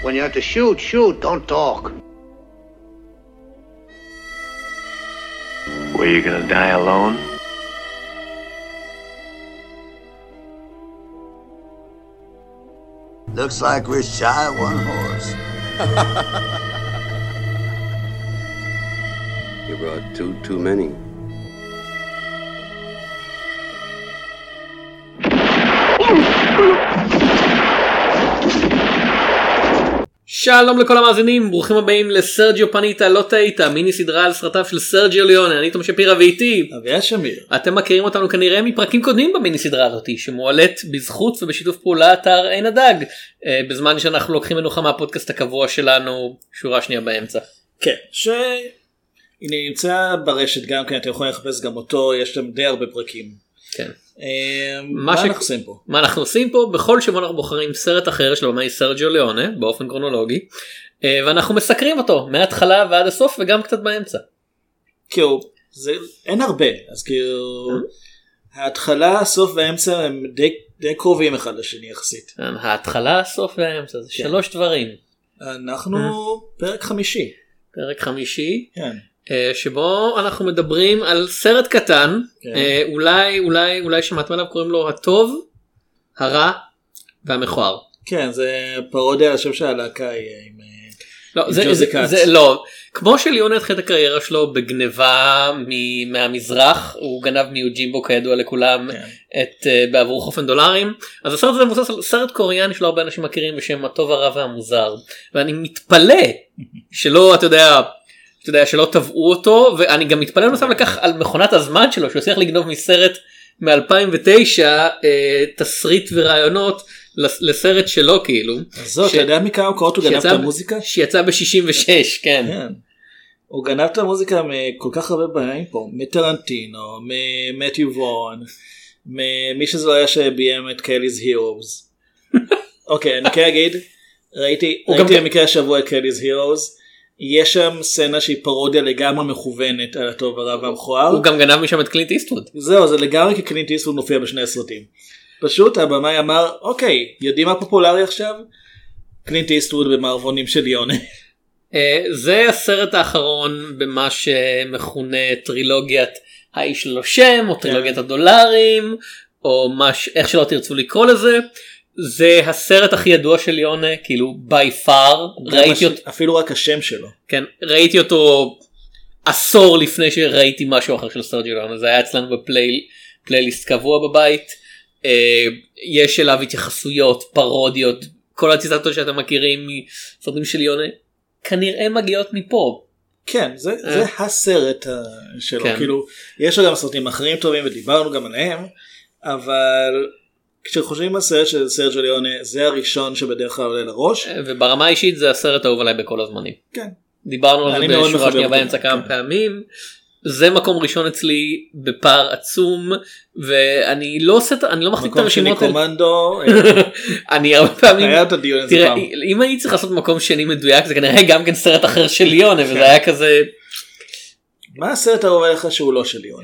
When you have to shoot, shoot, don't talk. Were you gonna die alone? Looks like we're shy of one horse. You brought too many. שלום לכל המאזינים, ברוכים הבאים לסרג'יו פניטה, לא טעית, מיני סדרה על סרטיו של סרג'יו ליונה. אני תום שפירה ואיתי אביה שמיר. אתם מכירים אותנו כנראה מפרקים קודמים במיני סדרה הזאת, שמועלית בזכות ובשיתוף פעולה אתר עין הדג, בזמן שאנחנו לוקחים מנוחה מהפודקאסט הקבוע שלנו, שורה שנייה באמצע. כן, שהנה נמצא ברשת גם כן, אתם יכולים לחפש גם אותו, יש להם די הרבה פרקים. כן. מה אנחנו עושים פה? מה אנחנו עושים פה? בכל שבוע אנחנו בוחרים סרט אחר של במאי סרג'יו ליונה באופן קרונולוגי, ואנחנו מסקרים אותו מההתחלה ועד הסוף וגם קצת באמצע. כאילו, אין הרבה, אז כאילו ההתחלה, הסוף והאמצע הם די קרובים אחד לשני יחסית. ההתחלה, הסוף והאמצע, זה שלוש דברים. אנחנו פרק חמישי. פרק חמישי. כן. שבו אנחנו מדברים על סרט קטן, אולי שמעתם עליו, קוראים לו הטוב, הרע והמכוער. כן, זה פרודיה על השם של הלהקה עם ג'וזי קאץ. לא, כמו שליונה התחיל את הקריירה שלו בגניבה מהמזרח, הוא גנב מיוג'ימבו כידוע לכולם בעבור חופן דולרים, אז הסרט הזה מבוסס על סרט קוריאני שלא הרבה אנשים מכירים בשם הטוב, הרע והמוזר, ואני מתפלא שלא, אתה יודע, שלא טבעו אותו, ואני גם מתפלל נוסף לכך על מכונת הזמן שלו, שהוא הצליח לגנוב מסרט מ-2009 תסריט ורעיונות לסרט שלו כאילו. אז זאת, אתה יודע מכמה קורות הוא גנב את המוזיקה? שיצא ב-66, כן. הוא גנב את המוזיקה מכל כך הרבה בעיה פה, מטרנטינו, ממתיו וון, ממי שזה לא היה שביים את קלי's Heroes. אוקיי, אני כן אגיד, ראיתי במקרה השבוע את קלי's Heroes, יש שם סצנה שהיא פרודיה לגמרי מכוונת על הטוב, הרע והמכוער. הוא גם גנב משם את קלינט איסטווד. זהו, זה לגמרי כי קלינט איסטווד מופיע בשני הסרטים. פשוט הבמאי אמר, אוקיי, יודעים מה פופולרי עכשיו? קלינט איסטווד במערבונים של יונה. זה הסרט האחרון במה שמכונה טרילוגיית האיש ללא שם, או טרילוגיית הדולרים, או איך שלא תרצו לקרוא לזה. זה הסרט הכי ידוע של יונה, כאילו by far, אפילו רק השם שלו. כן, ראיתי אותו עשור לפני שראיתי משהו אחר של סרג'יו ליונה, זה היה אצלנו בפלייליסט קבוע בבית, יש אליו התייחסויות, פרודיות, כל הציטטות שאתם מכירים מסרטים של יונה, כנראה מגיעות מפה. כן, זה הסרט שלו, כאילו, יש לו גם סרטים אחרים טובים ודיברנו גם עליהם, אבל כשחושבים על סרט של סרג'יו ליונה, זה הראשון שבדרך כלל עולה לראש. וברמה האישית זה הסרט האהוב עליי בכל הזמנים. כן. דיברנו על זה בשורה שנייה באמצע כמה פעמים. זה מקום ראשון אצלי בפער עצום, ואני לא מחזיק את הרשימות. מקום שני קומנדו. אני הרבה פעמים, היה את הדיון הזה פעם. אם אני צריך לעשות מקום שני מדויק, זה כנראה גם כן סרט אחר של ליונה, וזה היה כזה. מה הסרט האהוב עליך שהוא לא של ליונה?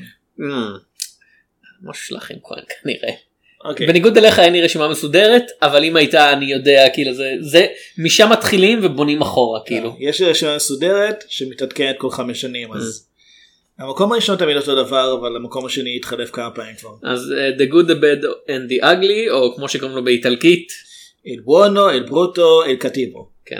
משהו שלכם כנראה. בניגוד אליך אין לי רשימה מסודרת, אבל אם הייתה אני יודע כאילו זה משם מתחילים ובונים אחורה כאילו. יש רשימה מסודרת שמתעדכנת כל 5 שנים, אז המקום הראשון תמיד אותו דבר, אבל המקום השני יתחלף כמה פעמים כבר. אז The Good, The Bad and The Ugly, או כמו שקוראים לו באיטלקית, El Buono, El Brutto, El Cattivo. כן.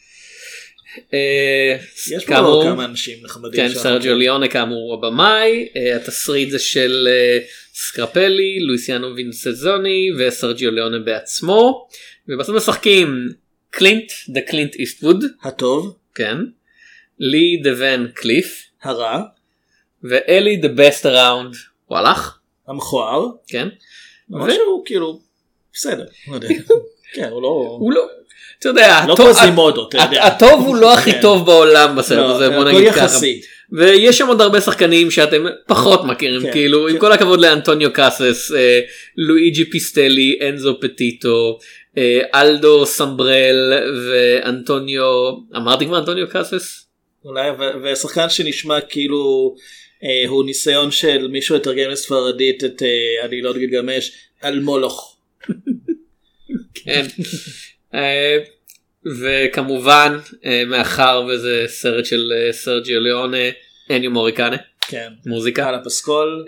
יש פה עוד כמה אנשים נחמדים. כן, סרג'יו ליונה כאמור הבמאי, התסריט זה של סקרפלי, לואיסיאנו וינסזוני וסרג'יו ליונה בעצמו, ובסוף משחקים קלינט, דה קלינט איסטווד, הטוב, כן, לי דה ון קליף, הרע, ואלי דה בסט אראונד, וואלך, המכוער, כן, משהו כאילו בסדר, כן, הוא לא, אתה יודע, הטוב הוא לא הכי טוב בעולם בסרט הזה, בוא נגיד ככה. ויש שם עוד הרבה שחקנים שאתם פחות מכירים, כאילו, עם כל הכבוד לאנטוניו קאסס, לואיג'י פיסטלי, אנזו פטיטו, אלדו סמברל ואנטוניו, אמרתי כבר אנטוניו קאסס? אולי, ושחקן שנשמע כאילו הוא ניסיון של מישהו לתרגם לספרדית את עלילות גילגמש על מולוך. כן. וכמובן מאחר וזה סרט של סרג'יו ליאונה, אניו מוריקנה, כן, מוזיקה על הפסקול,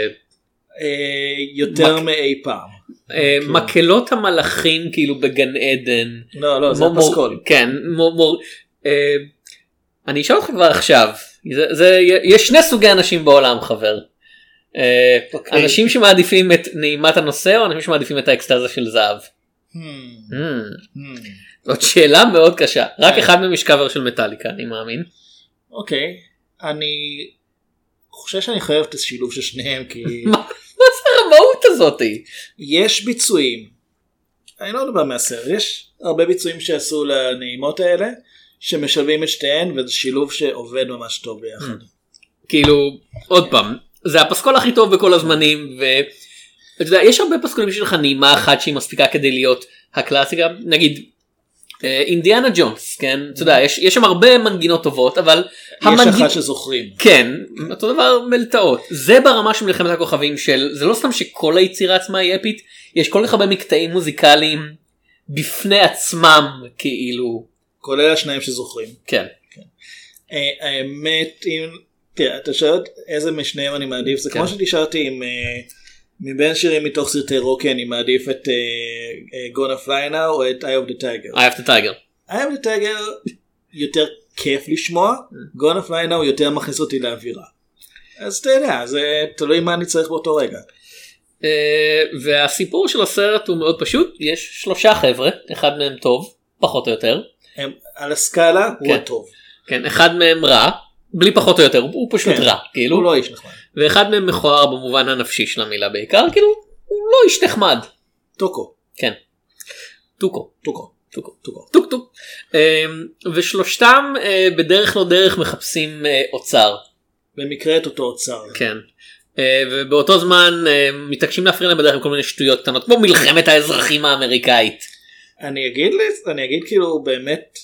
יותר מאי פעם. מקהלות המלאכים כאילו בגן עדן. לא, זה הפסקול. כן, אני אשאל אותך כבר עכשיו, יש שני סוגי אנשים בעולם חבר, אנשים שמעדיפים את נעימת הנושא או אנשים שמעדיפים את האקסטזה של זהב. זאת שאלה מאוד קשה, רק אחד מהם יש קאבר של מטאליקה אני מאמין. אוקיי, אני חושב שאני חייב את השילוב של שניהם כי... מה זה הרמאות הזאתי? יש ביצועים, אני לא יודע מהסרט, יש הרבה ביצועים שעשו לנעימות האלה שמשלבים את שתיהן וזה שילוב שעובד ממש טוב ביחד. כאילו עוד פעם זה הפסקול הכי טוב בכל הזמנים ואתה יודע יש הרבה פסקולים שלך נעימה אחת שהיא מספיקה כדי להיות הקלאסיקה, נגיד אינדיאנה ג'ונס, כן, אתה יודע יש שם הרבה מנגינות טובות אבל יש אחת שזוכרים, כן, אותו דבר מלטעות, זה ברמה של מלחמת הכוכבים של זה לא סתם שכל היצירה עצמה היא אפית, יש כל כך הרבה מקטעים מוזיקליים בפני עצמם כאילו, כולל השניים שזוכרים. כן. האמת, תראה, אתה שואל איזה משניהם אני מעדיף, זה כמו שתשארתי עם מבין שירים מתוך סרטי רוקי אני מעדיף את Gonna Fly Now או את Eye of the Tiger. Eye of the Tiger. Eye of the Tiger יותר כיף לשמוע, Gonna Fly Now יותר מכניס אותי לאווירה. אז אתה יודע, זה תלוי מה אני צריך באותו רגע. והסיפור של הסרט הוא מאוד פשוט, יש 3 חבר'ה, אחד מהם טוב, פחות או יותר. על הסקאלה הוא הטוב. כן, אחד מהם רע, בלי פחות או יותר, הוא פשוט רע, כאילו. הוא לא איש נחמד. ואחד מהם מכוער במובן הנפשי של המילה בעיקר, כאילו, הוא לא איש נחמד. טוקו. כן. טוקו. טוקו. טוק. ושלושתם בדרך לא דרך מחפשים אוצר. במקרה את אותו אוצר. כן. ובאותו זמן מתעקשים להפריע להם בדרך כל מיני שטויות קטנות, כמו מלחמת האזרחים האמריקאית. אני אגיד כאילו באמת,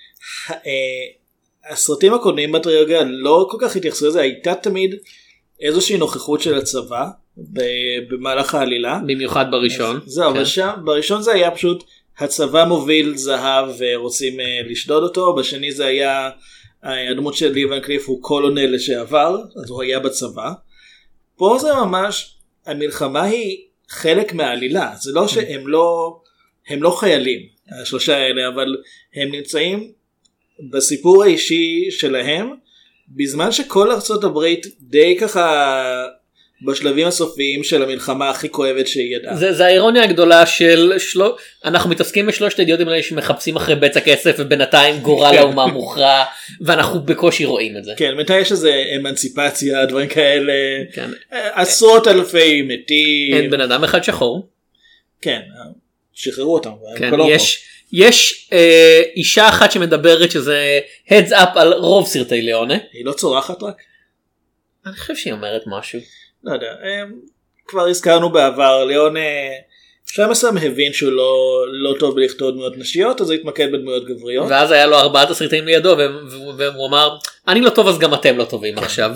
הסרטים הקודמים בטרילוגיה לא כל כך התייחסו לזה, הייתה תמיד איזושהי נוכחות של הצבא במהלך העלילה. במיוחד בראשון. זהו, אבל בראשון זה היה פשוט הצבא מוביל זהב ורוצים לשדוד אותו, בשני זה היה הדמות של לי ון קליף הוא קולונל לשעבר, אז הוא היה בצבא. פה זה ממש, המלחמה היא חלק מהעלילה, זה לא שהם לא חיילים, השלושה האלה, אבל הם נמצאים בסיפור האישי שלהם, בזמן שכל ארצות הברית די ככה בשלבים הסופיים של המלחמה הכי כואבת שהיא ידעה. זה האירוניה הגדולה של אנחנו מתעסקים בשלושת האידיוטים האלה שמחפשים אחרי בצע כסף ובינתיים גורל האומה מוכרע ואנחנו בקושי רואים את זה. כן, מתי יש איזה אמנציפציה, דברים כאלה, כן. עשרות אלפי מתים. אין בן אדם אחד שחור. כן, שחררו אותם. כן, יש אישה אחת שמדברת שזה heads up על רוב סרטי ליאונה. היא לא צורחת רק? אני חושב שהיא אומרת משהו. לא יודע, כבר הזכרנו בעבר, ליאונה בשלב מסוים הבין שהוא לא טוב בלכתוב דמויות נשיות, אז הוא התמקד בדמויות גבריות. ואז היה לו 4 תסריטים לידו, והוא אמר, אני לא טוב אז גם אתם לא טובים עכשיו.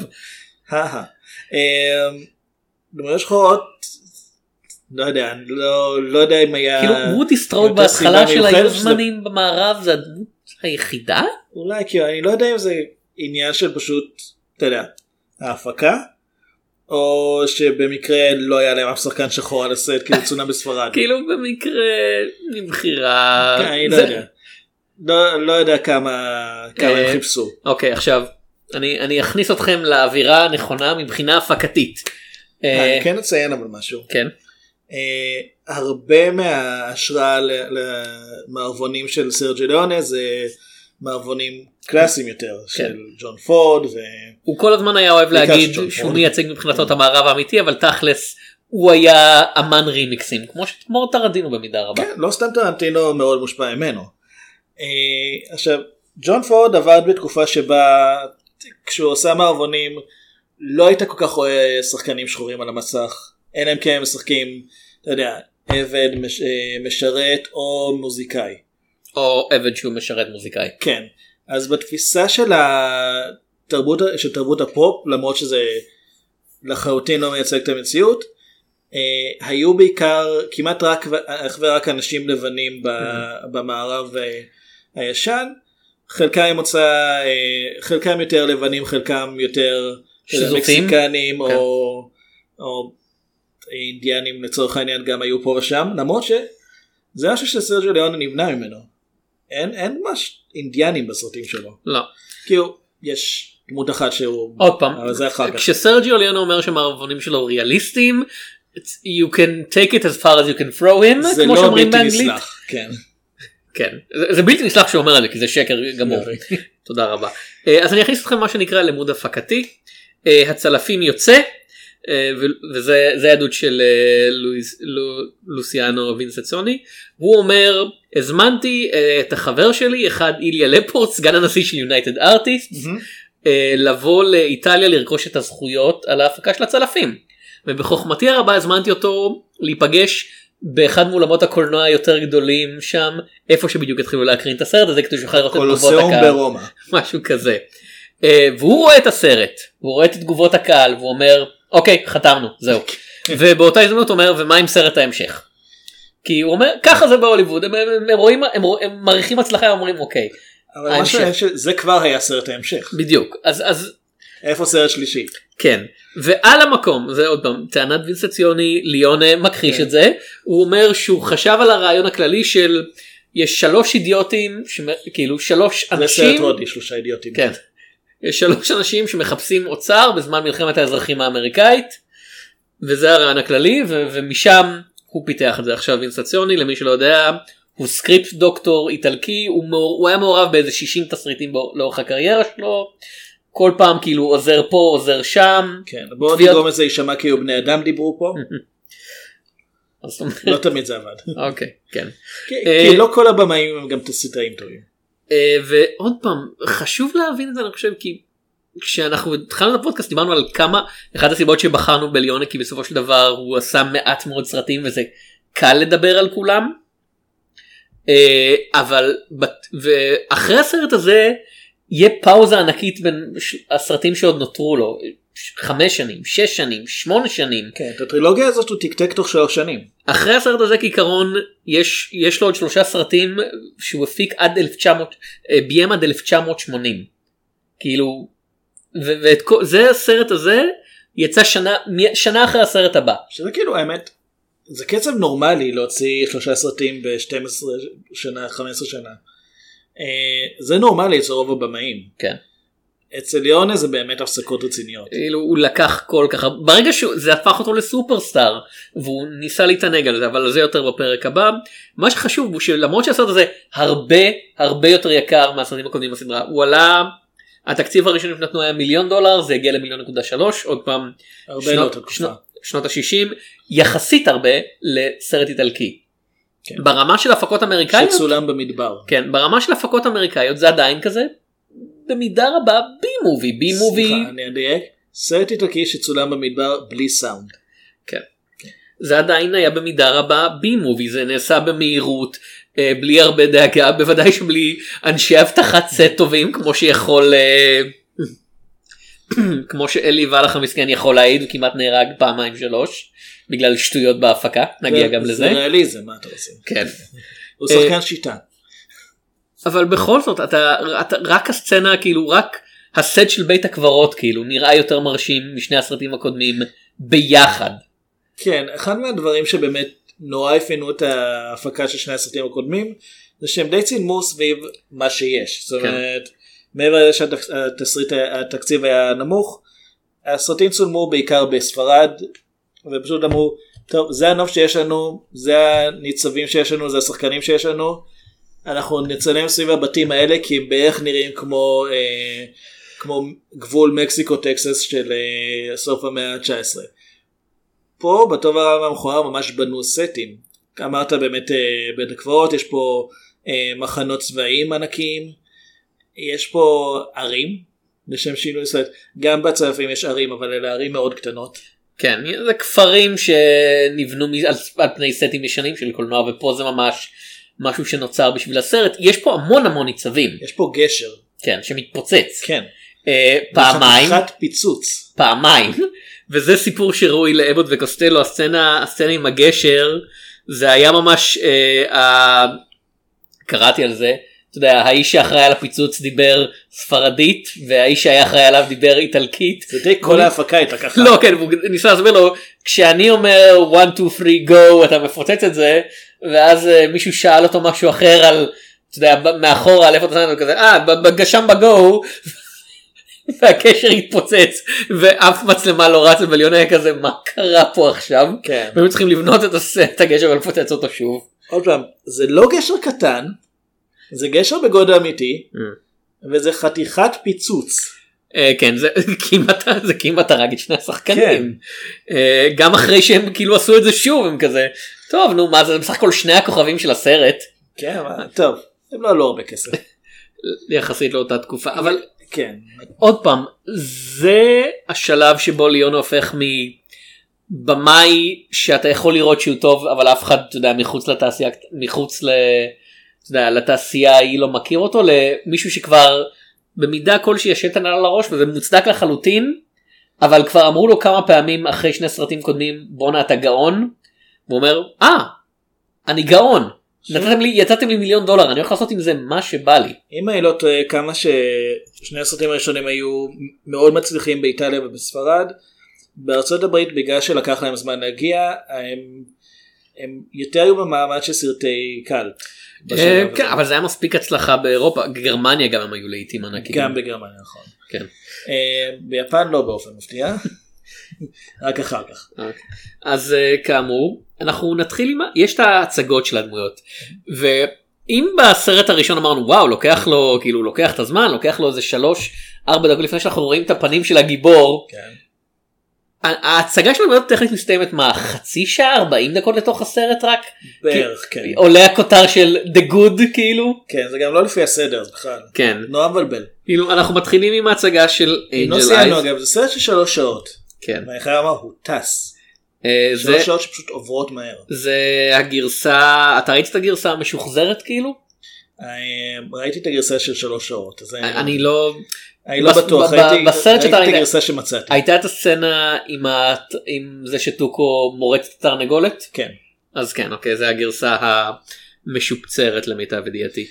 דמויות שחורות, לא יודע, לא יודע אם היה... כאילו רותי סטרוד בהתחלה של היוזמנים במערב, זה הדמות היחידה? אולי, כי אני לא יודע אם זה עניין של פשוט, אתה יודע, ההפקה, או שבמקרה לא היה להם אף שחקן שחור על הסט, כאילו צונם בספרד. כאילו במקרה נבחירה... אני לא יודע. לא יודע כמה הם חיפשו. אוקיי, עכשיו, אני אכניס אתכם לאווירה הנכונה מבחינה הפקתית. אני כן אציין אבל משהו. כן. הרבה מההשראה למערבונים של סרג'יו ליאונה זה מערבונים קלאסיים יותר של ג'ון פורד. הוא כל הזמן היה אוהב להגיד שהוא מייצג מבחינתו את המערב האמיתי, אבל תכלס הוא היה אמן רימיקסים כמו טרנטינו במידה רבה. כן, לא סתם טרנטינו מאוד מושפע ממנו. עכשיו ג'ון פורד עבד בתקופה שבה כשהוא עושה מערבונים לא היית כל כך רואה שחקנים שחורים על המסך, אלא אם כן הם משחקים, אתה יודע, עבד, משרת או מוזיקאי. או עבד שהוא משרת מוזיקאי. כן, אז בתפיסה של תרבות הפופ, למרות שזה לחלוטין לא מייצג את המציאות, היו בעיקר כמעט רק אנשים לבנים במערב הישן, חלקם מוצא, חלקם יותר לבנים, חלקם יותר מקסיקנים או אינדיאנים לצורך העניין גם היו פה ושם, למרות שזה משהו שסרג'יו ליאונה נבנה ממנו. אין ממש אינדיאנים בסרטים שלו. לא. כאילו, יש דמות אחת שהוא... עוד פעם, אבל כשסרג'יו ליאונה אומר שהמערבונים שלו ריאליסטיים, you can take it as far as you can throw him, זה לא בלתי נסלח, כן. כן, זה בלתי נסלח שהוא אומר על זה, כי זה שקר גמור. תודה רבה. אז אני אכניס אתכם מה שנקרא לימוד הפקתי. הצלפים יוצא, וזה עדות של לוסיאנו וינסצוני. הוא אומר, הזמנתי את החבר שלי, אחד איליה לפורט, סגן הנשיא של יונייטד ארטיסט, לבוא לאיטליה לרכוש את הזכויות על ההפקה של הצלפים. ובחוכמתי הרבה הזמנתי אותו להיפגש באחד מאולמות הקולנוע היותר גדולים שם, איפה שבדיוק התחילו להקרין את הסרט הזה, כדי שיוכל לראות את תגובות הקהל. ברומא. משהו כזה. והוא רואה את הסרט, הוא רואה את תגובות הקהל, והוא אומר, אוקיי, חתמנו, זהו. ובאותה הזדמנות הוא אומר, ומה עם סרט ההמשך? כי הוא אומר, ככה זה בהוליווד, הם רואים, הם מעריכים הצלחה, הם אומרים, אוקיי. אבל משהו זה כבר היה סרט ההמשך. בדיוק, אז... איפה סרט שלישי? כן, ועל המקום, זה עוד פעם, טענת וינסציוני, ליונה מכחיש את זה, הוא אומר שהוא חשב על הרעיון הכללי של, יש 3 אידיוטים, כאילו 3 אנשים, זה סרט הודי, 3 אידיוטים. כן, יש 3 אנשים שמחפשים אוצר בזמן מלחמת האזרחים האמריקאית, וזה הרעיון הכללי, ומשם הוא פיתח את זה. עכשיו וינסציוני, למי שלא יודע, הוא סקריפט דוקטור איטלקי, הוא היה מעורב באיזה 60 תסריטים לאורך הקריירה שלו, כל פעם כאילו עוזר פה, עוזר שם. כן, בואו נגרום את זה יישמע כאילו בני אדם דיברו פה. לא תמיד זה עבד. אוקיי, כן. כי לא כל הבמאים הם גם תסריטאים טובים. ועוד פעם, חשוב להבין את זה, אני חושב, כי כשאנחנו התחלנו את הפודקאסט דיברנו על כמה, אחת הסיבות שבחרנו בליונה, כי בסופו של דבר הוא עשה מעט מאוד סרטים וזה קל לדבר על כולם. אבל, ואחרי הסרט הזה, יהיה פאוזה ענקית בין הסרטים שעוד נותרו לו, 5 שנים, 6 שנים, 8 שנים. כן, את הטרילוגיה הזאת הוא תקתק תוך 3 שנים. אחרי הסרט הזה כעיקרון, יש לו עוד 3 סרטים שהוא הפיק עד 1900, ביים עד 1980. כאילו, וזה הסרט הזה יצא שנה אחרי הסרט הבא. שזה כאילו האמת, זה קצב נורמלי להוציא 3 סרטים ב-12 שנה, 15 שנה. זה נורמלי אצל רוב הבמאים. כן. אצל ליונה זה באמת הפסקות רציניות. הוא לקח כל כך, ברגע שזה הפך אותו לסופרסטאר, והוא ניסה להתענג על זה, אבל זה יותר בפרק הבא. מה שחשוב הוא שלמרות שהסרט הזה הרבה יותר יקר מהסרטים הקודמים בסדרה, הוא עלה, התקציב הראשון שנתנו היה $1,000,000, זה הגיע ל1.3 מיליון, עוד פעם, שנות ה-60, יחסית הרבה לסרט איטלקי. כן. ברמה של הפקות אמריקאיות, שצולם במדבר. כן, ברמה של הפקות אמריקאיות זה עדיין כזה, במידה רבה בי מובי. סליחה, אני אדייק, סרט איטלקי שצולם במדבר בלי סאונד. כן. זה עדיין היה במידה רבה בי מובי, זה נעשה במהירות, בלי הרבה דאגה, בוודאי שבלי אנשי הבטחת סט טובים, כמו שיכול, כמו שאלי ואלך המסכן יכול להעיד, הוא כמעט נהרג 2-3 בגלל שטויות בהפקה, נגיע גם לזה. זה ריאליזם, מה אתה עושה? כן. הוא שחקן שיטה. אבל בכל זאת, רק הסצנה, כאילו, רק הסט של בית הקברות, כאילו, נראה יותר מרשים משני הסרטים הקודמים ביחד. כן, אחד מהדברים שבאמת נורא הפנו את ההפקה של שני הסרטים הקודמים, זה שהם די צילמו סביב מה שיש. זאת אומרת, מעבר לזה שהתקציב היה נמוך, הסרטים צולמו בעיקר בספרד, ופשוט אמרו, טוב, זה הנוף שיש לנו, זה הניצבים שיש לנו, זה השחקנים שיש לנו, אנחנו נצלם סביב הבתים האלה, כי הם בערך נראים כמו גבול מקסיקו-טקסס של סוף המאה ה-19. פה, בטוב הרב המכוער, ממש בנו סטים. אמרת באמת בית הקברות, יש פה מחנות צבאיים ענקיים, יש פה ערים, לשם שינוי סרט. גם בצלפים יש ערים, אבל אלה ערים מאוד קטנות. כן, זה כפרים שנבנו על פני סטים ישנים של קולנוע, ופה זה ממש משהו שנוצר בשביל הסרט. יש פה המון ניצבים. יש פה גשר. כן, שמתפוצץ. כן. פעמיים. חתיכת פיצוץ. פעמיים. וזה סיפור שראוי לאבוט וקוסטלו, הסצנה עם הגשר, זה היה ממש, קראתי על זה, אתה יודע, האיש שאחראי על הפיצוץ דיבר ספרדית, והאיש שהיה אחראי עליו דיבר איטלקית. זה די כל ההפקה הייתה ככה. לא, כן, הוא ניסה להסביר לו, כשאני אומר 1, 2, 3, go, אתה מפוצץ את זה, ואז מישהו שאל אותו משהו אחר על, אתה יודע, מאחורה, איפה אתה יודע, כזה, בגשם בגו, והקשר התפוצץ, ואף מצלמה לא רץ, וליון היה כזה, מה קרה פה עכשיו? כן. והם צריכים לבנות את הגשר ולפוצץ אותו שוב. עוד פעם, זה לא גשר קטן, זה גשר בגודל אמיתי, וזה חתיכת פיצוץ. כן, זה כמעט הרג את שני השחקנים. גם אחרי שהם כאילו עשו את זה שוב, הם כזה, טוב, נו, מה זה בסך הכל שני הכוכבים של הסרט. כן, טוב, הם לא עלו הרבה כסף. יחסית לאותה תקופה, אבל כן. עוד פעם, זה השלב שבו ליון הופך מבמאי שאתה יכול לראות שהוא טוב, אבל אף אחד, אתה יודע, מחוץ לתעשייה היא לא מכיר אותו, למישהו שכבר במידה כלשהי השתן על הראש, וזה מוצדק לחלוטין, אבל כבר אמרו לו כמה פעמים אחרי שני סרטים קודמים, בונה אתה גאון, והוא אומר, אני גאון, יצאתם לי $1,000,000, אני הולך לעשות עם זה מה שבא לי. אם אני לא טועה, כמה ששני הסרטים הראשונים היו מאוד מצליחים באיטליה ובספרד, בארצות הברית בגלל שלקח להם זמן להגיע, הם יותר היו במעמד של סרטי קלט. כן, אבל זה היה מספיק הצלחה באירופה, גרמניה גם הם היו לעיתים ענקים. גם בגרמניה, נכון. כן. ביפן לא באופן מפתיע, רק אחר כך. אז כאמור, אנחנו נתחיל עם, יש את ההצגות של הדמויות, ואם בסרט הראשון אמרנו, וואו, לוקח לו, כאילו לוקח את הזמן, לוקח לו איזה 3-4 דקות לפני שאנחנו רואים את הפנים של הגיבור, כן. ההצגה של הדמויות טכנית מסתיימת מה, חצי שעה, 40 דקות לתוך הסרט רק? בערך, כן. עולה הכותר של The Good כאילו? כן, זה גם לא לפי הסדר, זה בכלל. כן. נורא מבלבל. כאילו, אנחנו מתחילים עם ההצגה של Angel לא סיימנו אגב, זה סרט של 3 שעות. כן. ואני חייב לומר, הוא טס. 3 שעות שפשוט עוברות מהר. זה הגרסה, אתה ראית את הגרסה המשוחזרת כאילו? ראיתי את הגרסה של 3 שעות. אני לא בטוח, ראיתי את הגרסה שמצאתי. הייתה את הסצנה עם זה שטוקו מורץ את התרנגולת? כן. אז כן, אוקיי, זה הגרסה המשופצרת למיטב ידיעתי.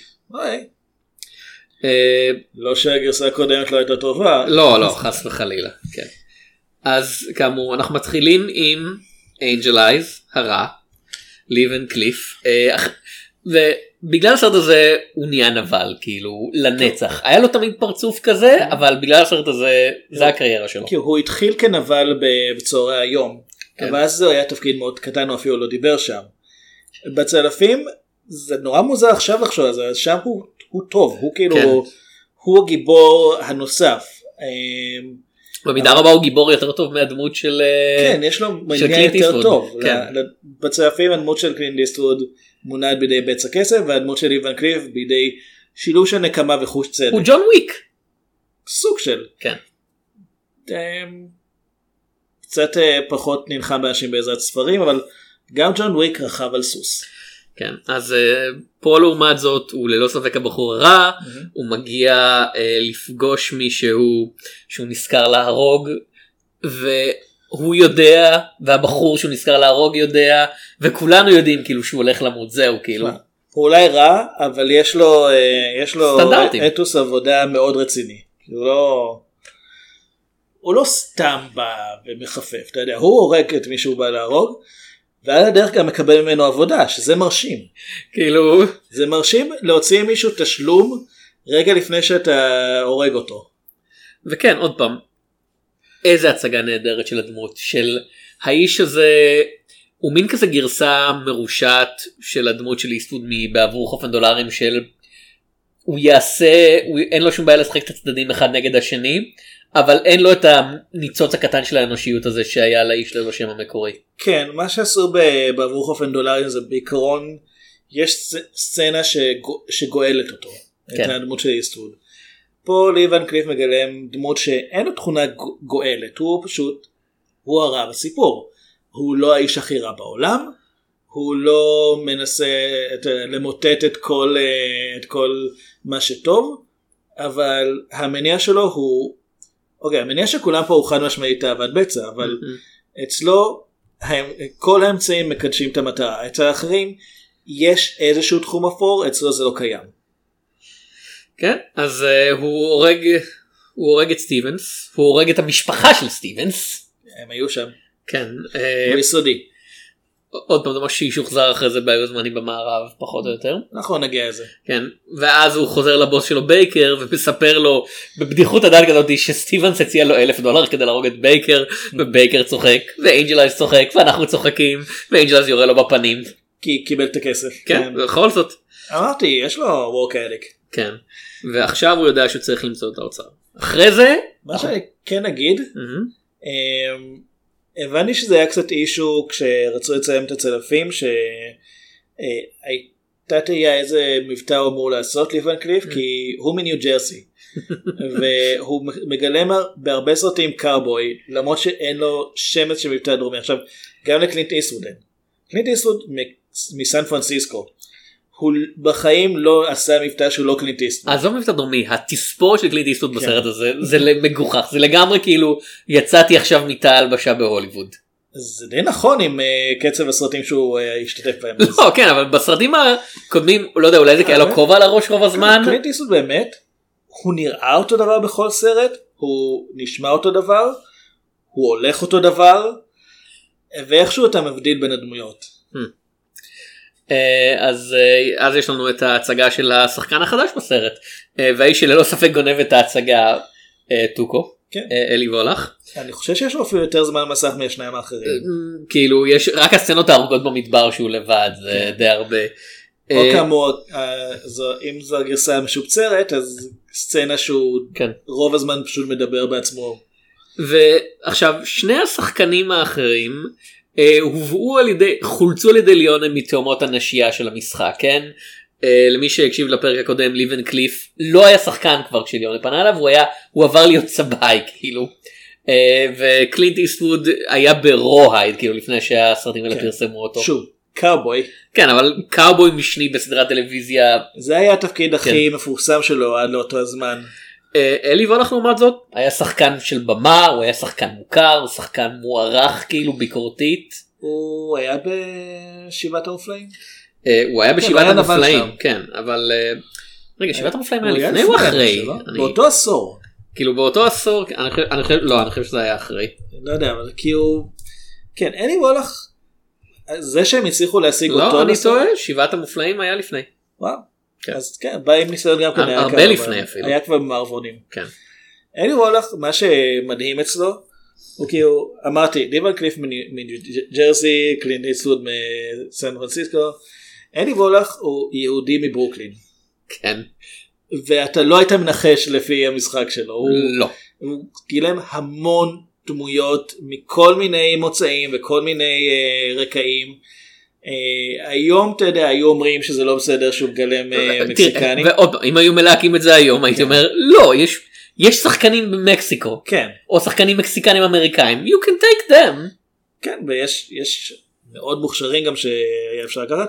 לא שהגרסה הקודמת לא הייתה טובה. לא, חס וחלילה, כן. אז כאמור, אנחנו מתחילים עם Angel Eyes, הרע, ליב אנד קליף, ובגלל הסרט הזה הוא נהיה נבל, כאילו, לנצח. היה לו תמיד פרצוף כזה, אבל בגלל הסרט הזה, זה הקריירה שלו. כי הוא התחיל כנבל בצהרי היום, אבל אז זה היה תפקיד מאוד קטן, הוא אפילו לא דיבר שם. בצלפים, זה נורא מוזר עכשיו לחשוב על זה, שם הוא טוב, הוא כאילו, הוא הגיבור הנוסף. במידה רבה הוא גיבור יותר טוב מהדמות של כן, יש לו מניע יותר טוב. בצלפים הדמות של קלינט איסטווד מונעת בידי בצע כסף, והדמות של ליב אנד קליף בידי שילוב של נקמה וחוש צדק. הוא ג'ון וויק. סוג של. כן. קצת פחות נלחם באנשים בעזרת ספרים, אבל גם ג'ון וויק רכב על סוס. כן, אז פה לעומת זאת הוא ללא ספק הבחור הרע, הוא מגיע לפגוש מישהו שהוא נזכר להרוג, והוא יודע, והבחור שהוא נזכר להרוג יודע, וכולנו יודעים כאילו שהוא הולך למות, זהו כאילו. הוא אולי רע, אבל יש לו סטנדרטים. אתוס עבודה מאוד רציני. הוא לא סתם בא ומחפף, אתה יודע, הוא הורג את מי שהוא בא להרוג, ועל הדרך גם מקבל ממנו עבודה, שזה מרשים. כאילו זה מרשים להוציא מישהו תשלום רגע לפני שאתה הורג אותו. וכן, עוד פעם, איזה הצגה נהדרת של הדמות, של האיש הזה, הוא מין כזה גרסה מרושעת של הדמות של איסטווד בעבור $5,000 של, הוא יעשה, אין לו שום בעיה לשחק את הצדדים אחד נגד השני, אבל אין לו את הניצוץ הקטן של האנושיות הזה שהיה לאיש ללא שם המקורי. כן, מה שעשו בעבור $5,000 זה בעיקרון, יש סצנה שגואלת אותו, כן. את הדמות של איסטווד. פה ליב אנד קליף מגלם דמות שאין לו תכונה גואלת, הוא פשוט, הוא הרע בסיפור. הוא לא האיש הכי רע בעולם, הוא לא מנסה למוטט את כל מה שטוב, אבל המניע שלו הוא, אוקיי, המניע שכולם פה הוא חד משמעית תאוות בצע, אבל אצלו כל האמצעים מקדשים את המטרה. אצל האחרים יש איזשהו תחום אפור, אצלו זה לא קיים. כן, אז הוא הורג את סטיבנס, הוא הורג את המשפחה של סטיבנס. הם היו שם. כן. הוא יסודי. עוד פעם, זה מה שישוחזר אחרי זה בהיו זמנים במערב, פחות או יותר. נכון, נגיע לזה. כן, ואז הוא חוזר לבוס שלו בייקר, ומספר לו בבדיחות הדעת כזאת שסטיבנס הציע לו $1,000 כדי להרוג את בייקר, ובייקר צוחק, ואנג'לייז צוחק, ואנחנו צוחקים, ואנג'לייז יורה לו בפנים. כי קיבל את הכסף. כן, בכל זאת. אמרתי, יש לו וורק אדיק. כן, ועכשיו הוא יודע שהוא צריך למצוא את האוצר. אחרי זה... מה שאני כן אגיד, הבנתי שזה היה קצת אישו כשרצו לצלם את הצלפים, שהייתה תהיה איזה מבטא הוא אמור לעשות ליבן קליף, כי הוא מניו ג'רסי, והוא מגלם בהרבה סרטים קאובוי, למרות שאין לו שמץ של מבטא דרומי. עכשיו, גם לקלינט איסטווד, קלינט איסטווד מסן פרנסיסקו, הוא בחיים לא עשה מבטא שהוא לא קלינט איסטווד. אז לא מבטא דרומי, התספור של קלינט איסטווד בסרט הזה, זה מגוחך, זה לגמרי כאילו יצאתי עכשיו מתא הלבשה בהוליווד. זה די נכון עם קצב הסרטים שהוא השתתף בהם. לא, כן, אבל בסרטים הקודמים, לא יודע, אולי זה כי היה לו כובע על הראש רוב הזמן. קלינט איסטווד באמת, הוא נראה אותו דבר בכל סרט, הוא נשמע אותו דבר, הוא הולך אותו דבר, ואיכשהו אתה מבדיל בין הדמויות. אז יש לנו את ההצגה של השחקן החדש בסרט, והאיש שללא ספק גונב את ההצגה טוקו, אלי וולך. אני חושב שיש לו אפילו יותר זמן מסך מהשניים האחרים. כאילו יש רק הסצנות הארוכות במדבר שהוא לבד, זה די הרבה. או כאמור, אם זו הגרסה המשופצרת, אז סצנה שהוא רוב הזמן פשוט מדבר בעצמו. ועכשיו שני השחקנים האחרים חולצו על ידי ליונה מתאומות הנשייה של המשחק, כן? למי שהקשיב לפרק הקודם, ליבן קליף לא היה שחקן כבר כשליונה פנה אליו, הוא עבר להיות צבאי כאילו, וקלינט איסטווד היה ברוהייד כאילו לפני שהסרטים האלה פרסמו אותו. שוב, קאובוי. כן, אבל קאובוי משני בסדרת טלוויזיה. זה היה התפקיד הכי מפורסם שלו עד לאותו הזמן. אלי וולך לעומת זאת היה שחקן של במה, הוא היה שחקן מוכר, שחקן מוערך כאילו ביקורתית. הוא היה בשבעת המופלאים? הוא היה בשבעת המופלאים, כן, אבל רגע, שבעת המופלאים היה לפני או אחרי? באותו עשור. כאילו באותו עשור, אני חושב שזה היה אחרי. לא יודע, אבל כאילו, כן, אלי וולך, זה שהם הצליחו להשיג אותו. לא, אני טועה, שבעת המופלאים היה לפני. וואו. אז כן, בא עם ניסיון גם כנראה. הרבה לפני אפילו. היה כבר במערבונים. כן. אלי וולך, מה שמדהים אצלו, הוא כאילו, אמרתי, ליבן קליף מג'רסי, קלינט איסטווד מסן פרנסיסקו, אלי וולך הוא יהודי מברוקלין. כן. ואתה לא היית מנחש לפי המשחק שלו. לא. הוא גילם המון דמויות מכל מיני מוצאים וכל מיני רקעים. היום אתה יודע, היו אומרים שזה לא בסדר שהוא מגלם מקסיקני. ועוד פעם, אם היו מלהקים את זה היום, הייתי אומר, לא, יש שחקנים במקסיקו. כן. או שחקנים מקסיקנים אמריקאים. You can take them. כן, ויש מאוד מוכשרים גם שהיה אפשר לקחת.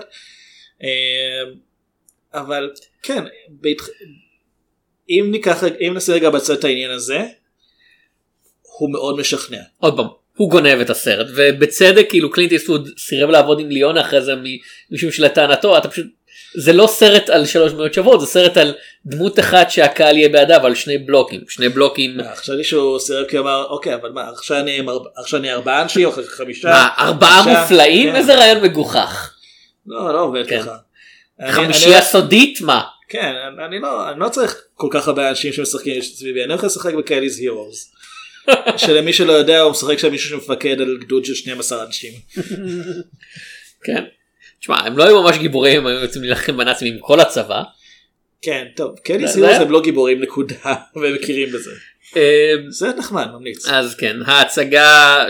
אבל כן, אם נעשה רגע בצד את העניין הזה, הוא מאוד משכנע. עוד פעם, הוא גונב את הסרט, ובצדק כאילו קלינט איסטווד סירב לעבוד עם ליונה אחרי זה משום שלטענתו, אתה פשוט, זה לא סרט על 300 שבועות, זה סרט על דמות אחת שהקהל יהיה בעדיו, על שני בלוקים. חשבתי שהוא סירב כי אמר, אוקיי, אבל מה, עכשיו אני 4 אנשים או 5? מה, 4 מופלאים? איזה רעיון מגוחך. לא עובד ככה. 5 סודית? מה? כן, אני לא צריך כל כך הרבה אנשים שמשחקים סביבי, אני הולך לשחק בקייליז הירוז. שלמי שלא יודע הוא משחק שם מישהו שמפקד על גדוד של 12 אנשים. כן. תשמע, הם לא היו ממש גיבורים, הם היו יוצאים להילחם בנאצים עם כל הצבא. כן, טוב, קייליז הירוז הם לא גיבורים נקודה, והם מכירים בזה. זה נחמד, ממליץ. אז כן, ההצגה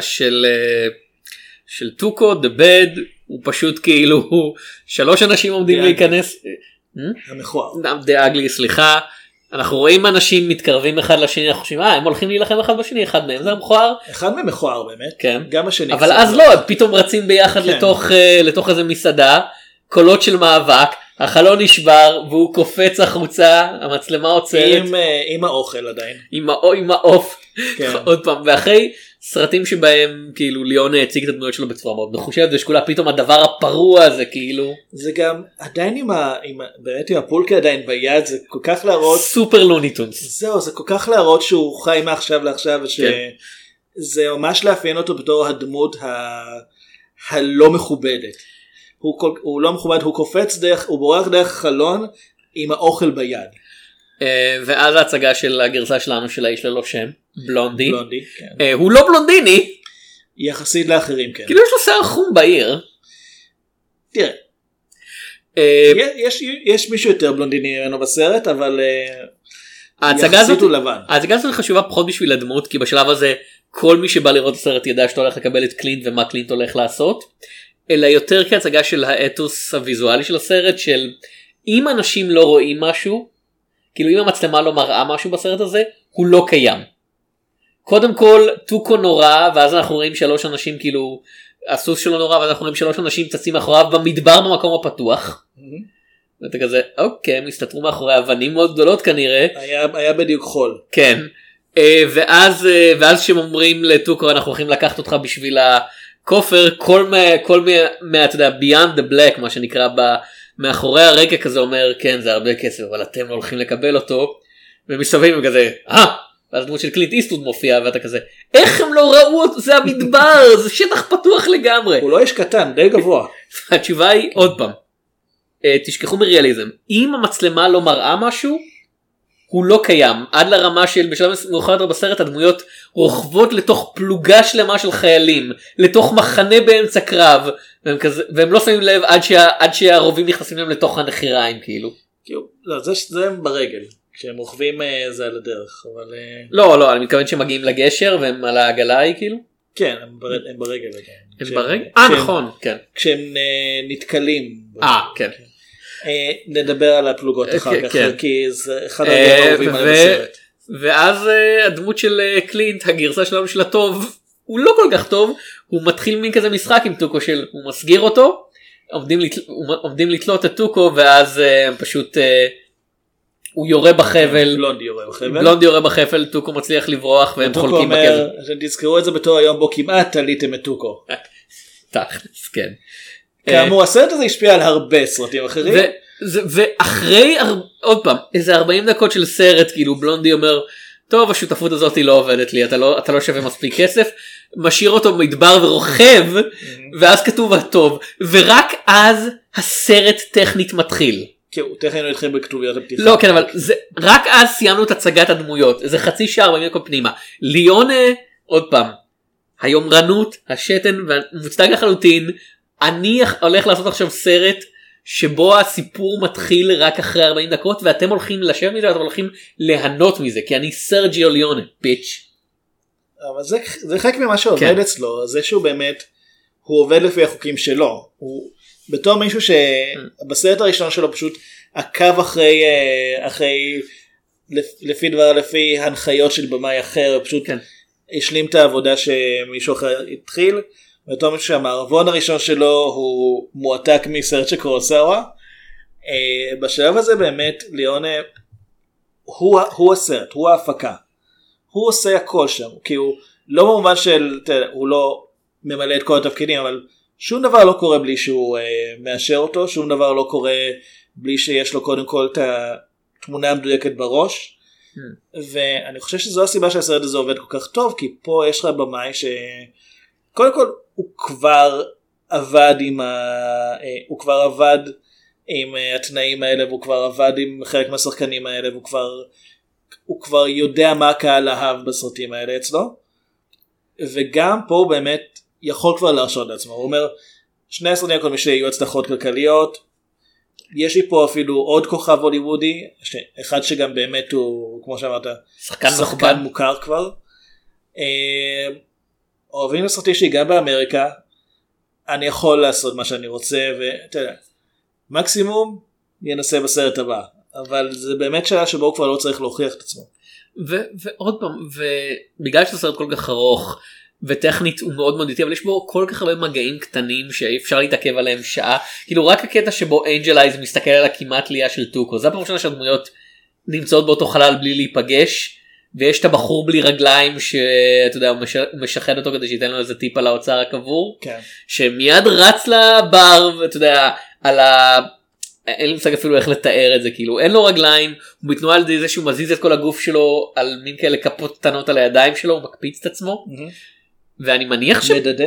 של טוקו, The Bed, הוא פשוט כאילו 3 אנשים עומדים להיכנס. המכוער. The Ugly, סליחה. אנחנו רואים אנשים מתקרבים אחד לשני, אנחנו חושבים, הם הולכים להילחם אחד בשני, אחד מהם זה המכוער. אחד מהם מכוער באמת, כן. גם השני. אבל אז לא, פתאום רצים ביחד לתוך איזה מסעדה, קולות של מאבק, החלון נשבר, והוא קופץ החוצה, המצלמה עוצרת. עם האוכל עדיין. עם העוף, עוד פעם, ואחרי סרטים שבהם כאילו ליאון הציג את הדמויות שלו בצורה מאוד מחושבת ושקולה, פתאום הדבר הפרוע הזה כאילו. זה גם עדיין באמת עם הפולקה עדיין ביד, זה כל כך להראות. סופר לוניטונס. זהו, זה כל כך להראות שהוא חי מעכשיו לעכשיו, שזה ממש לאפיין אותו בתור הדמות הלא מכובדת. הוא לא מכובד, הוא קופץ הוא בורח דרך חלון עם האוכל ביד. ואז ההצגה של הגרסה שלנו של האיש ללא שם, בלונדי. בלונדי, כן. הוא לא בלונדיני. יחסית לאחרים, כן. כאילו יש לו שיער חום בעיר. תראה. יש מישהו יותר בלונדיני ממנו בסרט, אבל יחסית הוא לבן. ההצגה הזאת חשובה פחות בשביל הדמות, כי בשלב הזה כל מי שבא לראות את הסרט ידע שאתה הולך לקבל את קלינט ומה קלינט הולך לעשות, אלא יותר כהצגה של האתוס הוויזואלי של הסרט, של אם אנשים לא רואים משהו, כאילו אם המצלמה לא מראה משהו בסרט הזה, הוא לא קיים. קודם כל טוקו נורא, ואז אנחנו רואים 3 אנשים כאילו, הסוס שלו נורא, ואז אנחנו רואים 3 אנשים צצים מאחוריו במדבר במקום הפתוח. ואתה כזה, אוקיי, הם הסתתרו מאחורי אבנים מאוד גדולות כנראה. היה בדיוק חול. כן. ואז שהם אומרים לטוקו, אנחנו הולכים לקחת אותך בשביל הכופר, כל אתה יודע, beyond the black, מה שנקרא מאחורי הרקע כזה אומר, כן, זה הרבה כסף, אבל אתם לא הולכים לקבל אותו. ומסתובבים כזה, ואז דמות של קלינט איסטווד מופיע, ואתה כזה, איך הם לא ראו אותו? זה המדבר, זה שטח פתוח לגמרי. הוא לא איש קטן, די גבוה. התשובה היא, עוד פעם, תשכחו מריאליזם. אם המצלמה לא מראה משהו, הוא לא קיים. עד לרמה של, בשלב מאוחר יותר בסרט, הדמויות רוכבות לתוך פלוגה שלמה של חיילים, לתוך מחנה באמצע קרב, והם לא שמים לב עד שהרובים נכנסים להם לתוך הנחיריים, כאילו. לא, זה ברגל. כשהם רוכבים זה על הדרך, אבל... לא, אני מתכוון שהם מגיעים לגשר והם על העגלה, כאילו? כן, הם ברגל. הם ברגל? נכון, כן. כשהם נתקלים. כן. נדבר על הפלוגות אחר כך, כי זה אחד הדברים האהובים על הסרט. ואז הדמות של קלינט, הגרסה שלנו של הטוב, הוא לא כל כך טוב, הוא מתחיל מין כזה משחק עם טוקו של, הוא מסגיר אותו, עומדים לתלות את טוקו, ואז פשוט... הוא יורה בחבל, בלונדי יורה בחבל, טוקו מצליח לברוח והם חולקים בכזה. תזכרו את זה בתור היום בו כמעט תליתם את טוקו. תכלס, כן. כאמור, הסרט הזה השפיע על הרבה סרטים אחרים. ואחרי, עוד פעם, איזה 40 דקות של סרט, כאילו בלונדי אומר, טוב, השותפות הזאת היא לא עובדת לי, אתה לא שווה מספיק כסף, משאיר אותו במדבר ורוכב, ואז כתוב הטוב, ורק אז הסרט טכנית מתחיל. כן, הוא תכף התחיל בכתוביות הפתיחה. לא, כן, אבל רק אז סיימנו את הצגת הדמויות, זה חצי שעה 40 דקות פנימה. ליאונה, עוד פעם, היומרנות, השתן, מוצדק לחלוטין, אני הולך לעשות עכשיו סרט, שבו הסיפור מתחיל רק אחרי 40 דקות, ואתם הולכים לשבת מזה, ואתם הולכים ליהנות מזה, כי אני סרג'יו ליאונה, פיץ'. אבל זה חלק ממה שעובד אצלו, זה שהוא באמת, הוא עובד לפי החוקים שלו, הוא... בתור מישהו שבסרט הראשון שלו פשוט עקב אחרי לפי הנחיות של במאי אחר, פשוט השלים את העבודה שמישהו אחר התחיל, בתור מישהו שהמערבון הראשון שלו הוא מועתק מסרט של קורוסאווה, בשלב הזה באמת ליאונה הוא הסרט, הוא ההפקה, הוא עושה הכל שם, כי הוא לא במובן של, הוא לא ממלא את כל התפקידים, אבל שום דבר לא קורה בלי שהוא מאשר אותו, שום דבר לא קורה בלי שיש לו קודם כל את התמונה המדויקת בראש, ואני חושב שזו הסיבה שהסרט הזה עובד כל כך טוב, כי פה יש לך במאי שקודם כל הוא כבר עבד עם התנאים האלה, והוא כבר עבד עם חלק מהשחקנים האלה, והוא כבר יודע מה הקהל אהב בסרטים האלה אצלו, וגם פה הוא באמת יכול כבר להרשות לעצמו. הוא אומר, 2 הסרטים הקודמים שיהיו הצלחות כלכליות, יש לי פה אפילו עוד כוכב הוליוודי, אחד שגם באמת הוא, כמו שאמרת, שחקן מוכר כבר. אוהבים הסרטים שלי גם באמריקה, אני יכול לעשות מה שאני רוצה, ואתה יודע, מקסימום ינסה בסרט הבא, אבל זה באמת שאלה שבו הוא כבר לא צריך להוכיח את עצמו. ועוד פעם, ובגלל שזה סרט כל כך ארוך, וטכנית הוא מאוד מאוד איטי, אבל יש בו כל כך הרבה מגעים קטנים שאפשר להתעכב עליהם שעה, כאילו רק הקטע שבו אנג'לייז מסתכל על הכמעט ליה של טוקו, זה הפעם ראשונה שהדמויות נמצאות באותו חלל בלי להיפגש, ויש את הבחור בלי רגליים שאתה יודע הוא משחד אותו כדי שייתן לו איזה טיפ על האוצר הקבור, כן. שמיד רץ לבר ואתה יודע על אין לי מושג אפילו איך לתאר את זה, כאילו אין לו רגליים, הוא מתנועה על זה שהוא מזיז את כל הגוף שלו על מין כאלה כפות קטנות על הידיים שלו, הוא מקפיץ את עצמו, ואני מניח מדדה?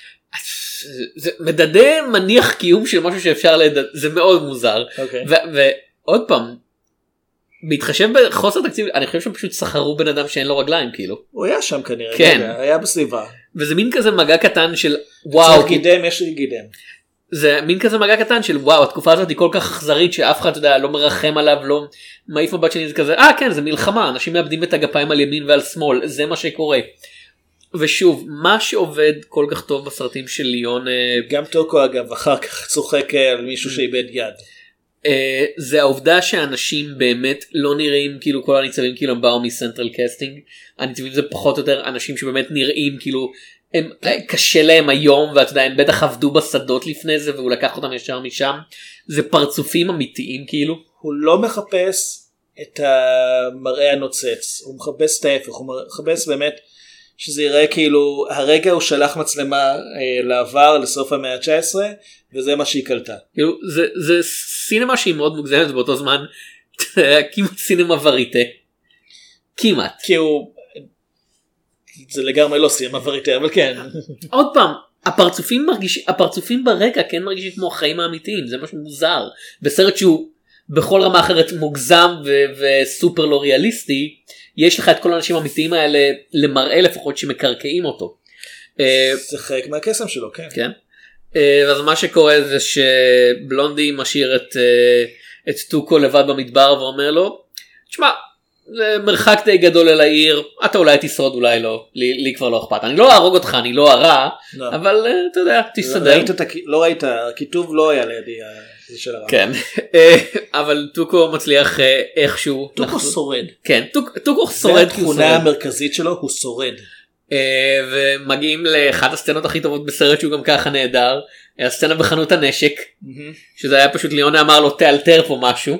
זה מדדה מניח קיום של משהו שאפשר זה מאוד מוזר, ועוד פעם, בהתחשב בחוסר תקציב, אני חושב שפשוט סחרו בן אדם שאין לו רגליים כאילו. הוא היה שם כנראה, כן. היה בסביבה. וזה מין כזה מגע קטן של וואו. צריך גידם, יש לי גידם. זה מין כזה מגע קטן של וואו, התקופה הזאת היא כל כך אכזרית שאף אחד אתה יודע, לא מרחם עליו, לא מעיף מבט שני, זה כזה, כן, זה מלחמה, אנשים מאבדים את הגפיים על ימין ועל שמאל, זה מה שקורה. ושוב, מה שעובד כל כך טוב בסרטים של ליון... גם טוקו אגב, אחר כך צוחק על מישהו שאיבד יד. זה העובדה שאנשים באמת לא נראים כאילו כל הניצבים כאילו הם באו מסנטרל קסטינג, הניצבים זה פחות או יותר אנשים שבאמת נראים כאילו הם קשה להם היום ואתה יודע הם בטח עבדו בשדות לפני זה והוא לקח אותם ישר משם, זה פרצופים אמיתיים כאילו. הוא לא מחפש את המראה הנוצץ, הוא מחפש את ההפך, הוא מחפש באמת שזה יראה כאילו הרגע הוא שלח מצלמה לעבר לסוף המאה ה-19 וזה מה שהיא קלטה. כאילו זה סינמה שהיא מאוד מוגזמת באותו זמן, כמעט סינמה וריטה. כמעט. כי הוא... זה לגמרי לא סינמה וריטה, אבל כן. עוד פעם, הפרצופים ברקע כן מרגישים כמו החיים האמיתיים, זה משהו מוזר. בסרט שהוא בכל רמה אחרת מוגזם וסופר לא ריאליסטי, יש לך את כל האנשים האמיתיים האלה למראה לפחות שמקרקעים אותו. זה חלק מהקסם שלו, כן. כן. אז מה שקורה זה שבלונדי משאיר את טוקו לבד במדבר ואומר לו, תשמע, זה מרחק די גדול אל העיר, אתה אולי תשרוד אולי לא, לי כבר לא אכפת, אני לא אהרוג אותך, אני לא הרע, אבל אתה יודע, תסתדר. לא ראית, הכיתוב לא היה לידי של הרע. כן, אבל טוקו מצליח איכשהו. טוקו שורד. כן, טוקו שורד. זה התכונה המרכזית שלו, הוא שורד. ומגיעים לאחת הסצנות הכי טובות בסרט שהוא גם ככה נהדר, הסצנה בחנות הנשק, שזה היה פשוט ליונה אמר לו תאלתר פה משהו,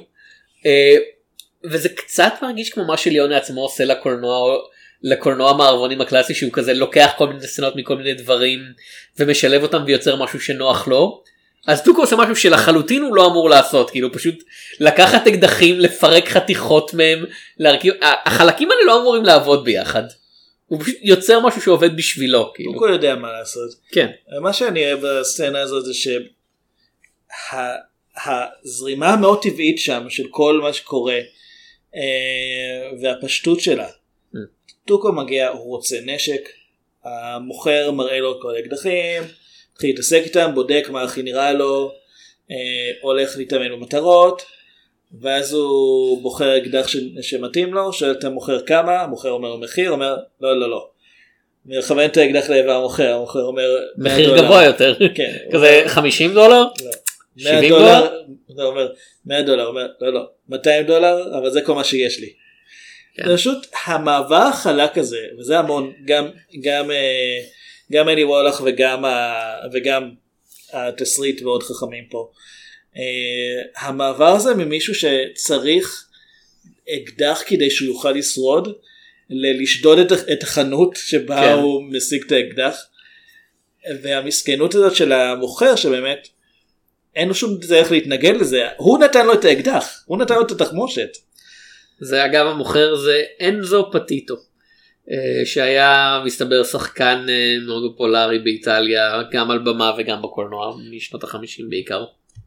וזה קצת מרגיש כמו מה שליונה עצמו עושה לקולנוע מערבונים הקלאסי, שהוא כזה לוקח כל מיני סצנות מכל מיני דברים ומשלב אותם ויוצר משהו שנוח לו. אז טוקו עושה משהו שלחלוטין הוא לא אמור לעשות, כאילו פשוט לקחת אקדחים, לפרק חתיכות מהם, להרכיב, החלקים האלה לא אמורים לעבוד ביחד. הוא פשוט יוצר משהו שעובד בשבילו. כאילו. טוקו יודע מה לעשות. כן. מה שאני אוהב בסצנה הזאת זה שהזרימה המאוד טבעית שם של כל מה שקורה, והפשטות שלה. טוקו מגיע, הוא רוצה נשק, המוכר מראה לו כל האקדחים, מתחיל להתעסק איתם, בודק מה הכי נראה לו, הולך להתאמן במטרות, ואז הוא בוחר אקדח שמתאים לו, שואל את המוכר כמה, המוכר אומר מחיר, אומר לא לא לא, מכוון את האקדח לעבר המוכר, המוכר אומר מחיר גבוה יותר, כזה $50? לא. $70? הוא אומר $100, אומר לא לא, $200, אבל זה כל מה שיש לי. פשוט המעבר החלק הזה, וזה המון, גם אלי וולך וגם התסריט מאוד חכמים פה, המעבר הזה ממישהו שצריך אקדח כדי שהוא יוכל לשרוד, לשדוד את החנות שבה הוא משיג את האקדח, והמסכנות הזאת של המוכר שבאמת אין לו שום דרך להתנגד לזה, הוא נתן לו את האקדח, הוא נתן לו את התחמושת. זה אגב המוכר זה אנזו פטיטו, שהיה מסתבר שחקן מאוד פופולרי באיטליה, גם על במה וגם בקולנוע, משנות ה-50 בעיקר.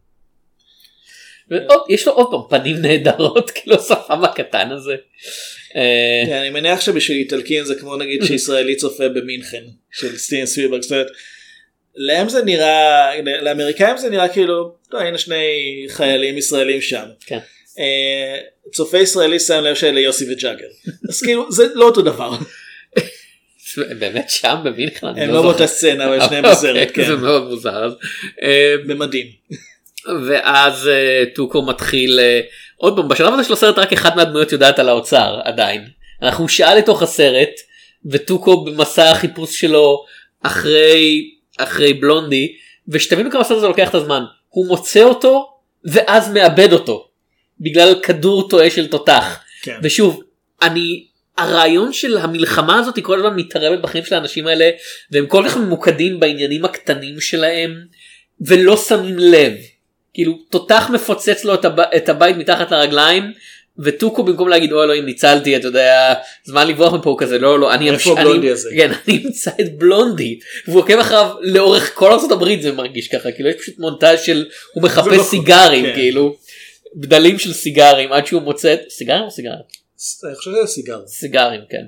יש לו עוד פעם פנים נהדרות, כאילו שפם הקטן הזה. אני מניח שבשביל איטלקים זה כמו נגיד שישראלי צופה במינכן, של סטיבן ספילברג, זאת אומרת, להם זה נראה, לאמריקאים זה נראה כאילו, הנה שני חיילים ישראלים שם. כן. צופה ישראלי שם לב שאלה יוסי וג'אגר, אז כאילו זה לא אותו דבר. באמת שם במינכן הם לא באותה סצנה אבל שניהם בסרט. זה מאוד מוזר. במדים. ואז טוקו מתחיל עוד פעם בשלב הזה של הסרט רק אחד מהדמויות יודעת על האוצר עדיין, אנחנו שעה לתוך הסרט וטוקו במסע החיפוש שלו אחרי בלונדי, ושתבינו כמה הסרט הזה לוקח את הזמן, הוא מוצא אותו ואז מאבד אותו בגלל כדור טועה של תותח. כן. ושוב אני הרעיון של המלחמה הזאת היא כל הזמן מתערבת בחיים של האנשים האלה, והם כל כך ממוקדים בעניינים הקטנים שלהם, ולא שמים לב. כאילו, תותח מפוצץ לו את הבית מתחת לרגליים, וטוקו במקום להגיד, או אלוהים, ניצלתי, אתה יודע, זמן לברוח מפה כזה, לא, אני אמצא את בלונדי, והוא עוקב אחריו לאורך כל ארצות הברית, זה מרגיש ככה, כאילו, יש פשוט מונטאז' של, הוא מחפש סיגרים, כאילו, בדלים של סיגרים, עד שהוא מוצא, סיגרים או סיגרת? אני חושב שזה סיגר. סיגרים, כן.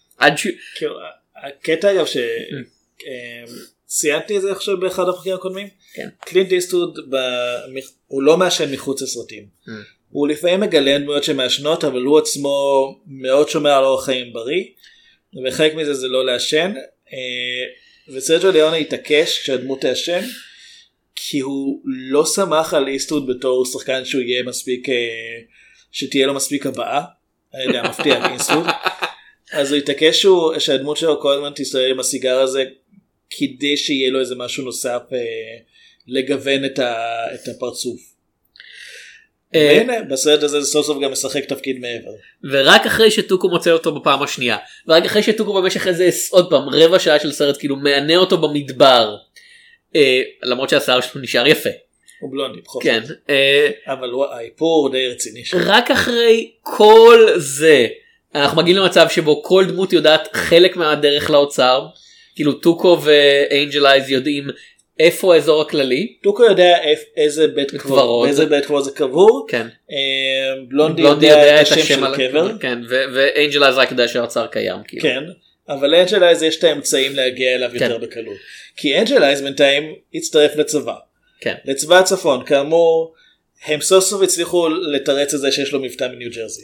הקטע אגב שציינתי את זה עכשיו באחד הפרקים הקודמים, קלינט איסטווד הוא לא מעשן מחוץ לסרטים. הוא לפעמים מגלם דמויות שמעשנות, אבל הוא עצמו מאוד שומע על אורח חיים בריא, וחלק מזה זה לא לעשן, וסרג'יו ליאונה התעקש כשהדמות תעשן, כי הוא לא שמח על איסטווד בתור שחקן שהוא יהיה מספיק, שתהיה לו מספיק הבאה, אני יודע, מפתיע איסטווד, אז הוא התעקש שהדמות שלו כל הזמן תסתכל עם הסיגר הזה, כדי שיהיה לו איזה משהו נוסף לגוון את הפרצוף. והנה, בסרט הזה זה סוף סוף גם משחק תפקיד מעבר. ורק אחרי שטוקו מוצא אותו בפעם השנייה, ורק אחרי שטוקו במשך איזה עוד פעם רבע שעה של סרט כאילו מענה אותו במדבר, למרות שהשיער שלו נשאר יפה. הוא בלונדי, פחות. כן. אבל האיפור די רציני. רק אחרי כל זה, אנחנו מגיעים למצב שבו כל דמות יודעת חלק מהדרך לאוצר, כאילו טוקו ואנג'לייז יודעים איפה האזור הכללי. טוקו יודע איזה בית קבור זה קבור. כן. בלונדי יודע את השם של הקבר. כן, ואנג'לייז רק יודע שהאוצר קיים. כן, אבל לאנג'לייז יש את האמצעים להגיע אליו יותר בקלות. כי אנג'לייז בינתיים הצטרף לצבא. כן. לצבא הצפון, כאמור, הם סוף סוף הצליחו לתרץ את זה שיש לו מבטא מניו ג'רזי.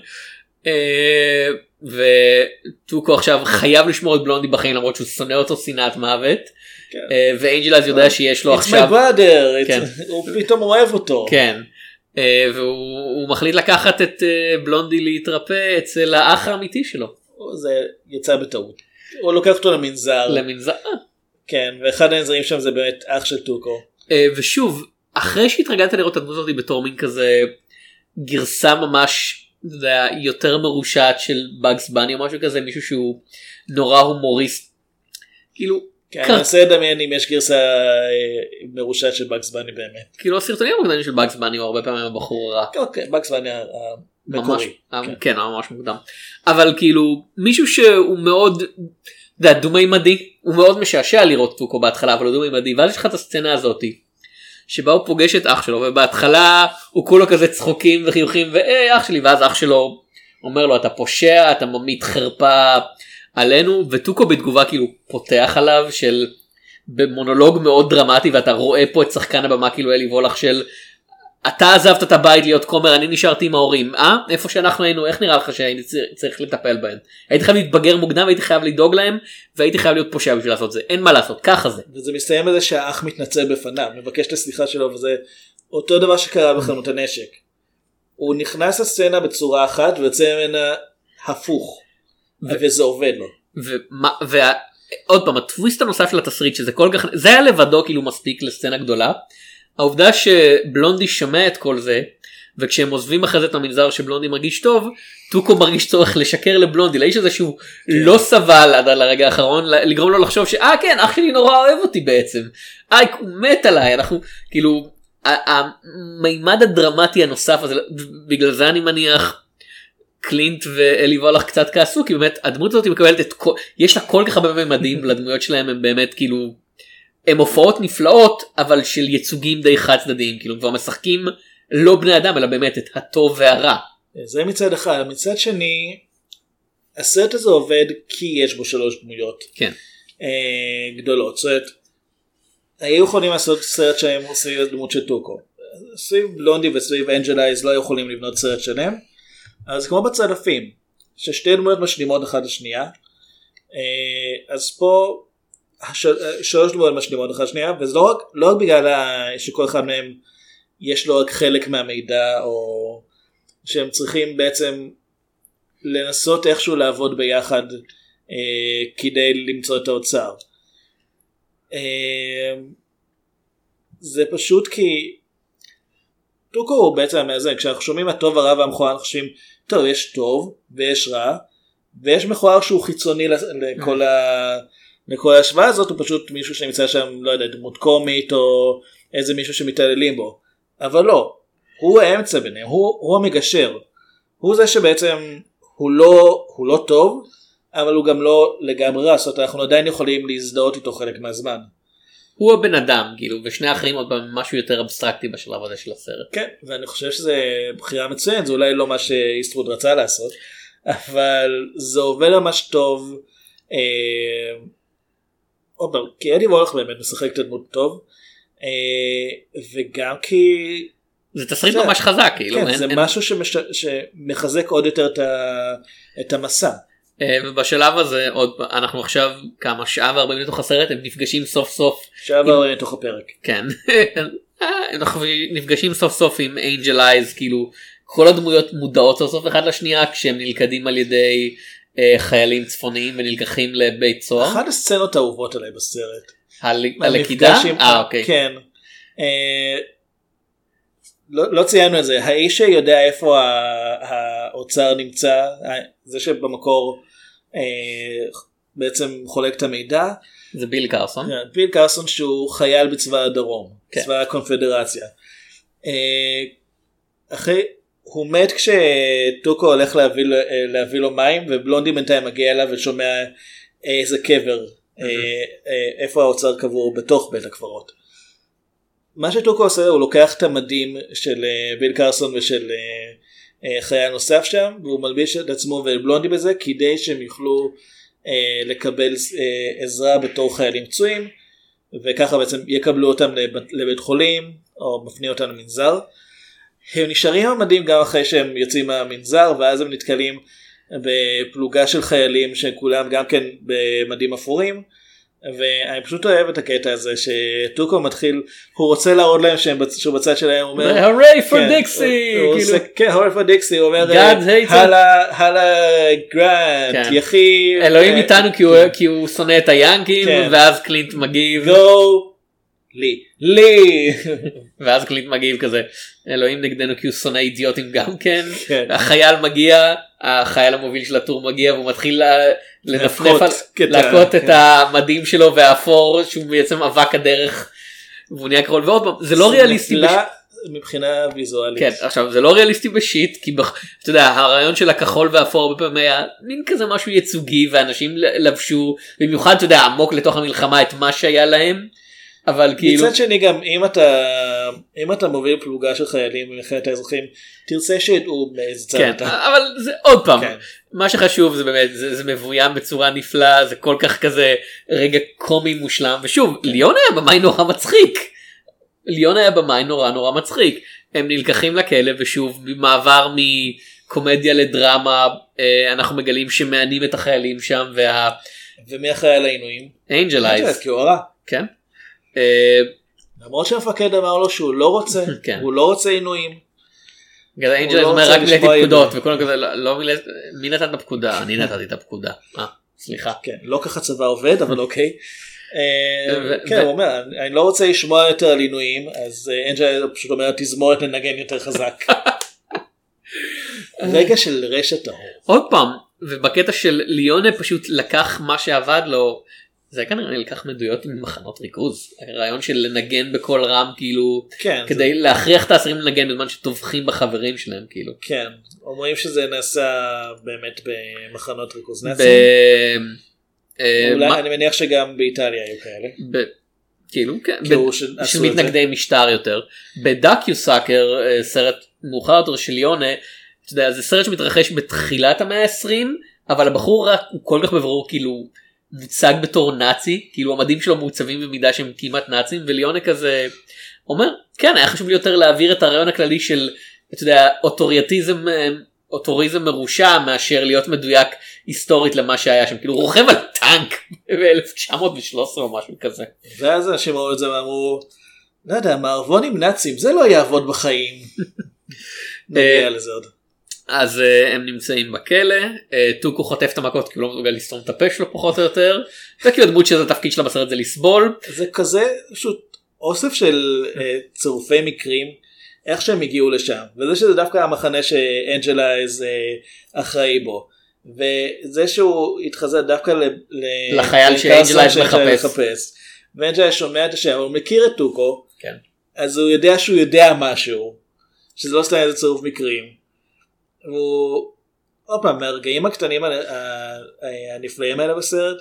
וטוקו עכשיו חייב לשמור את בלונדי בחיים למרות שהוא שונא אותו שנאת מוות, ואנג'לייז יודע שיש לו עכשיו, It's my brother, הוא פתאום אוהב אותו. כן, והוא מחליט לקחת את בלונדי להתרפא אצל האח האמיתי שלו. זה יצא בטעות, הוא לוקח אותו למנזר. כן, ואחד הנזרים שם זה באמת אח של טוקו. ושוב, אחרי שהתרגלת לראות את הדמות הזאת בתור מין כזה גרסה ממש יותר מרושעת של באגס בני או משהו כזה, מישהו שהוא נורא הומוריסט, כאילו כן, אני אנסה לדמיין אם יש גרסה מרושעת של באגס בני באמת. כאילו הסרטונים המוקדמים של באגס בני הוא הרבה פעמים הבחור הרע. אוקיי, באגס בני המקורי. כן, ממש מוקדם. אבל כאילו מישהו שהוא מאוד דו-מימדי, הוא מאוד משעשע לראות טוקו בהתחלה, אבל הוא דו-מימדי, ואז יש לך את הסצנה הזאתי שבה הוא פוגש את אח שלו, ובהתחלה הוא כולו כזה צחוקים וחיוכים, אח שלי, ואז אח שלו אומר לו, אתה פושע, אתה ממית חרפה עלינו, וטוקו בתגובה כאילו פותח עליו, של במונולוג מאוד דרמטי, ואתה רואה פה את שחקן הבמה כאילו אלי וולך של, אתה עזבת את הבית להיות כומר, אני נשארתי עם ההורים, איפה שאנחנו היינו, איך נראה לך שהייתי צריך לטפל בהם? הייתי חייב להתבגר מוקדם, והייתי חייב לדאוג להם, והייתי חייב להיות פושע בשביל לעשות זה, אין מה לעשות, ככה זה. וזה מסתיים בזה שהאח מתנצל בפניו, מבקש את הסליחה שלו, וזה אותו דבר שקרה בחנות הנשק. הוא נכנס לסצנה בצורה אחת, ויוצא ממנה הפוך, וזה עובד לו. ועוד פעם, הטוויסט הנוסף של התסריט, שזה כל כך, זה היה לבדו כאילו מספיק לסצנה גדולה, העובדה שבלונדי שומע את כל זה, וכשהם עוזבים אחרי זה את המנזר שבלונדי מרגיש טוב, טוקו מרגיש צורך לשקר לבלונדי, לאיש הזה שהוא לא סבל עד לרגע האחרון, לגרום לו לחשוב כן, אח שלי נורא אוהב אותי בעצם, הוא מת עליי, אנחנו כאילו, המימד הדרמטי הנוסף הזה, בגלל זה אני מניח, קלינט ואלי וולך קצת כעסו, כי באמת הדמות הזאת מקבלת את כל, יש לה כל כך הרבה ממדים, לדמויות שלהם הם באמת כאילו, הם הופעות נפלאות, אבל של ייצוגים די חד צדדיים, כאילו כבר משחקים לא בני אדם, אלא באמת את הטוב והרע. זה מצד אחד. מצד שני, הסרט הזה עובד כי יש בו 3 דמויות גדולות. זאת אומרת, היו יכולים לעשות סרט שהם סביב דמות של טוקו. סביב בלונדי וסביב אנג'לייז לא יכולים לבנות סרט שלהם. אז כמו בצלפים, ששתי דמויות משלימות אחת לשנייה, אז פה 3 דמויות משלימות אחת לשנייה, וזה לא רק בגלל שכל אחד מהם יש לו רק חלק מהמידע, או שהם צריכים בעצם לנסות איכשהו לעבוד ביחד כדי למצוא את האוצר. זה פשוט כי טוקו הוא בעצם המאזן, כשאנחנו שומעים הטוב הרע והמכוער, אנחנו חושבים, טוב, יש טוב ויש רע, ויש מכוער שהוא חיצוני לכל ההשוואה הזאת, הוא פשוט מישהו שנמצא שם, לא יודע, דמות קומית או איזה מישהו שמתעללים בו, אבל לא, הוא האמצע ביניהם, הוא המגשר, הוא זה שבעצם הוא לא טוב, אבל הוא גם לא לגמרי רע, זאת אומרת אנחנו עדיין יכולים להזדהות איתו חלק מהזמן. הוא הבן אדם, כאילו, ושני האחרים עוד פעם משהו יותר אבסטרקטי בשלב הזה של הסרט. כן, ואני חושב שזה בחירה מצוינת, זה אולי לא מה שאיסטווד רצה לעשות, אבל זה עובד ממש טוב, עוד פעם, כי אדי וולך באמת משחק את הדמות טוב, וגם כי... זה תסריט ממש חזק, כאילו. כן, זה משהו שמחזק עוד יותר את המסע. ובשלב הזה עוד אנחנו עכשיו כמה שעה ו40 לתוך הסרט, הם נפגשים סוף סוף. שעה ו40 לתוך הפרק. כן. אנחנו נפגשים סוף סוף עם אנג'ל אייז, כאילו כל הדמויות מודעות סוף סוף אחד לשנייה כשהם נלכדים על ידי חיילים צפוניים ונלקחים לבית סוהר. אחת הסצנות האהובות עליי בסרט. הלכידה? אוקיי. כן. לא ציינו את זה, האיש שיודע איפה האוצר נמצא, זה שבמקור בעצם חולק את המידע, זה ביל קרסון. ביל קרסון שהוא חייל בצבא הדרום, צבא הקונפדרציה. הוא מת כשטוקו הולך להביא לו מים, ובלונדי בינתיים מגיע אליו ושומע איזה קבר, איפה האוצר קבור בתוך בית הקברות. מה שטוקו עושה, הוא לוקח את המדים של ביל קרסון ושל חייל נוסף שם, והוא מלביש את עצמו ובלונדי בזה, כדי שהם יוכלו לקבל עזרה בתור חיילים פצועים, וככה בעצם יקבלו אותם לבית חולים, או מפנים אותם למנזר. הם נשארים המדים גם אחרי שהם יוצאים מהמנזר, ואז הם נתקלים בפלוגה של חיילים שכולם גם כן במדים אפורים, ואני פשוט אוהב את הקטע הזה שטוקו מתחיל, הוא רוצה להראות להם שהוא בצד שלהם, הוא אומר הורי פור דיקסי, כן, הורי פור דיקסי, הוא אומר הלה גרנט, יחי אלוהים איתנו כי הוא שונא את היאנקים, ואז קלינט מגיב לי ואז קלינט מגיב כזה, אלוהים נגדנו כי הוא שונא אידיוטים גם כן, החייל מגיע, החייל המוביל של הטור מגיע, והוא מתחיל לנפנף, להכות את המדים שלו והאפור, שהוא בעצם אבק הדרך, והוא נהיה כחול, ועוד פעם, זה לא ריאליסטי מבחינה ויזואלית. כן, עכשיו זה לא ריאליסטי בשיט, כי אתה יודע, הרעיון של הכחול והאפור הרבה פעמים היה מין כזה משהו ייצוגי, ואנשים לבשו, במיוחד אתה יודע, עמוק לתוך המלחמה את מה שהיה להם, אבל כאילו... מצד שני גם, אם אתה מוביל פלוגה של חיילים במלחמת האזרחים, תרצה שידעו מאיזה צד אתה. כן, אבל זה עוד פעם, מה שחשוב זה באמת, זה מבוים בצורה נפלאה, זה כל כך כזה רגע קומי מושלם, ושוב, ליאון היה במאי נורא מצחיק. ליאון היה במאי נורא מצחיק. הם נלקחים לכלא, ושוב, במעבר מקומדיה לדרמה, אנחנו מגלים שמענים את החיילים שם, ומי החייל העינויים? אנג'ל אייז. כי הוא הרע. כן. למרות שהמפקד אמר לו שהוא לא רוצה, הוא לא רוצה עינויים. אנג'ל אייז אומר רק מילאתי פקודות, וכולם כזה, מי נתן את הפקודה? אני נתתי את הפקודה. סליחה. כן, לא ככה צבא עובד, אבל אוקיי. כן, הוא אומר, אני לא רוצה לשמוע יותר על עינויים, אז אנג'ל אייז פשוט אומר, תזמורת לנגן יותר חזק. רגע של רשת האור. עוד פעם, ובקטע של ליונה פשוט לקח מה שעבד לו, זה כנראה נלקח מדויות עם מחנות ריכוז, הרעיון של לנגן בכל רם כאילו, כדי להכריח את האסירים לנגן בזמן שטובחים בחברים שלהם כאילו. כן, אומרים שזה נעשה באמת במחנות ריכוז נאצים. אולי אני מניח שגם באיטליה היו כאלה. כאילו, כן, של מתנגדי משטר יותר. בדקיוסאקר, סרט מאוחר יותר של ליונה, אתה יודע, זה סרט שמתרחש בתחילת המאה ה-20, אבל הבחור רק הוא כל כך בברור כאילו מוצג בתור נאצי, כאילו המדים שלו מעוצבים במידה שהם כמעט נאצים, וליונה כזה אומר, כן, היה חשוב לי יותר להעביר את הרעיון הכללי של, אתה יודע, אוטוריזם מרושע, מאשר להיות מדויק היסטורית למה שהיה שם, כאילו רוכב על טנק ב-1913 או משהו כזה. ואז אנשים ראו את זה ואמרו, לא יודע, מערבון עם נאצים, זה לא יעבוד בחיים. נגיע לזה עוד. אז הם נמצאים בכלא, טוקו חוטף את המכות כי הוא לא מסוגל לסתום את הפה שלו פחות או יותר, וכי הדמות שזה התפקיד שלה בסרט זה לסבול. זה כזה פשוט אוסף של צירופי מקרים, איך שהם הגיעו לשם, וזה שזה דווקא המחנה שאנג'ל אייז אחראי בו. וזה שהוא התחזה דווקא לחייל שאנג'לייז מחפש. ואנג'לייז שומע את השם, הוא מכיר את טוקו, כן. אז הוא יודע שהוא יודע משהו, שזה לא סתם איזה צירוף מקרים. הוא, עוד פעם, מהרגעים הקטנים הנפלאים האלה בסרט,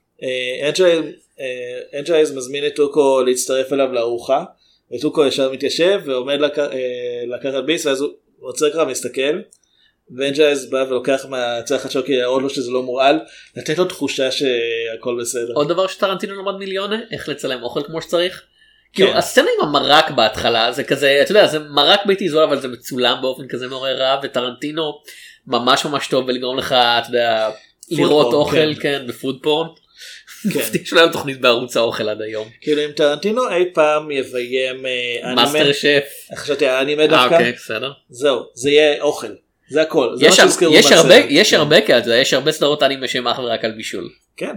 אנג'לייז מזמין את טוקו להצטרף אליו לארוחה, וטוקו ישר מתיישב ועומד לקחת ביס, ואז הוא עוצר ככה מסתכל, ואנג'לייז בא ולוקח מהצלחת החדשו כי להראות לו שזה לא מורעל, לתת לו תחושה שהכל בסדר. עוד דבר שטרנטינו למד מיליונה, איך לצלם אוכל כמו שצריך. כאילו הסצנה עם המרק בהתחלה זה כזה, אתה יודע, זה מרק ביתי זול אבל זה מצולם באופן כזה מעורר רעב, וטרנטינו ממש ממש טוב בלגרום לך, אתה יודע, לראות אוכל, כן, בפוד פורן. יש להם תוכנית בערוץ האוכל עד היום. כאילו אם טרנטינו אי פעם יביים מאסטר שף. חשבתי האנימה דווקא. אוקיי, בסדר. זהו, זה יהיה אוכל. זה הכל. יש הרבה כאלה, יש הרבה סדרות אנימה שהם אך ורק על בישול. כן,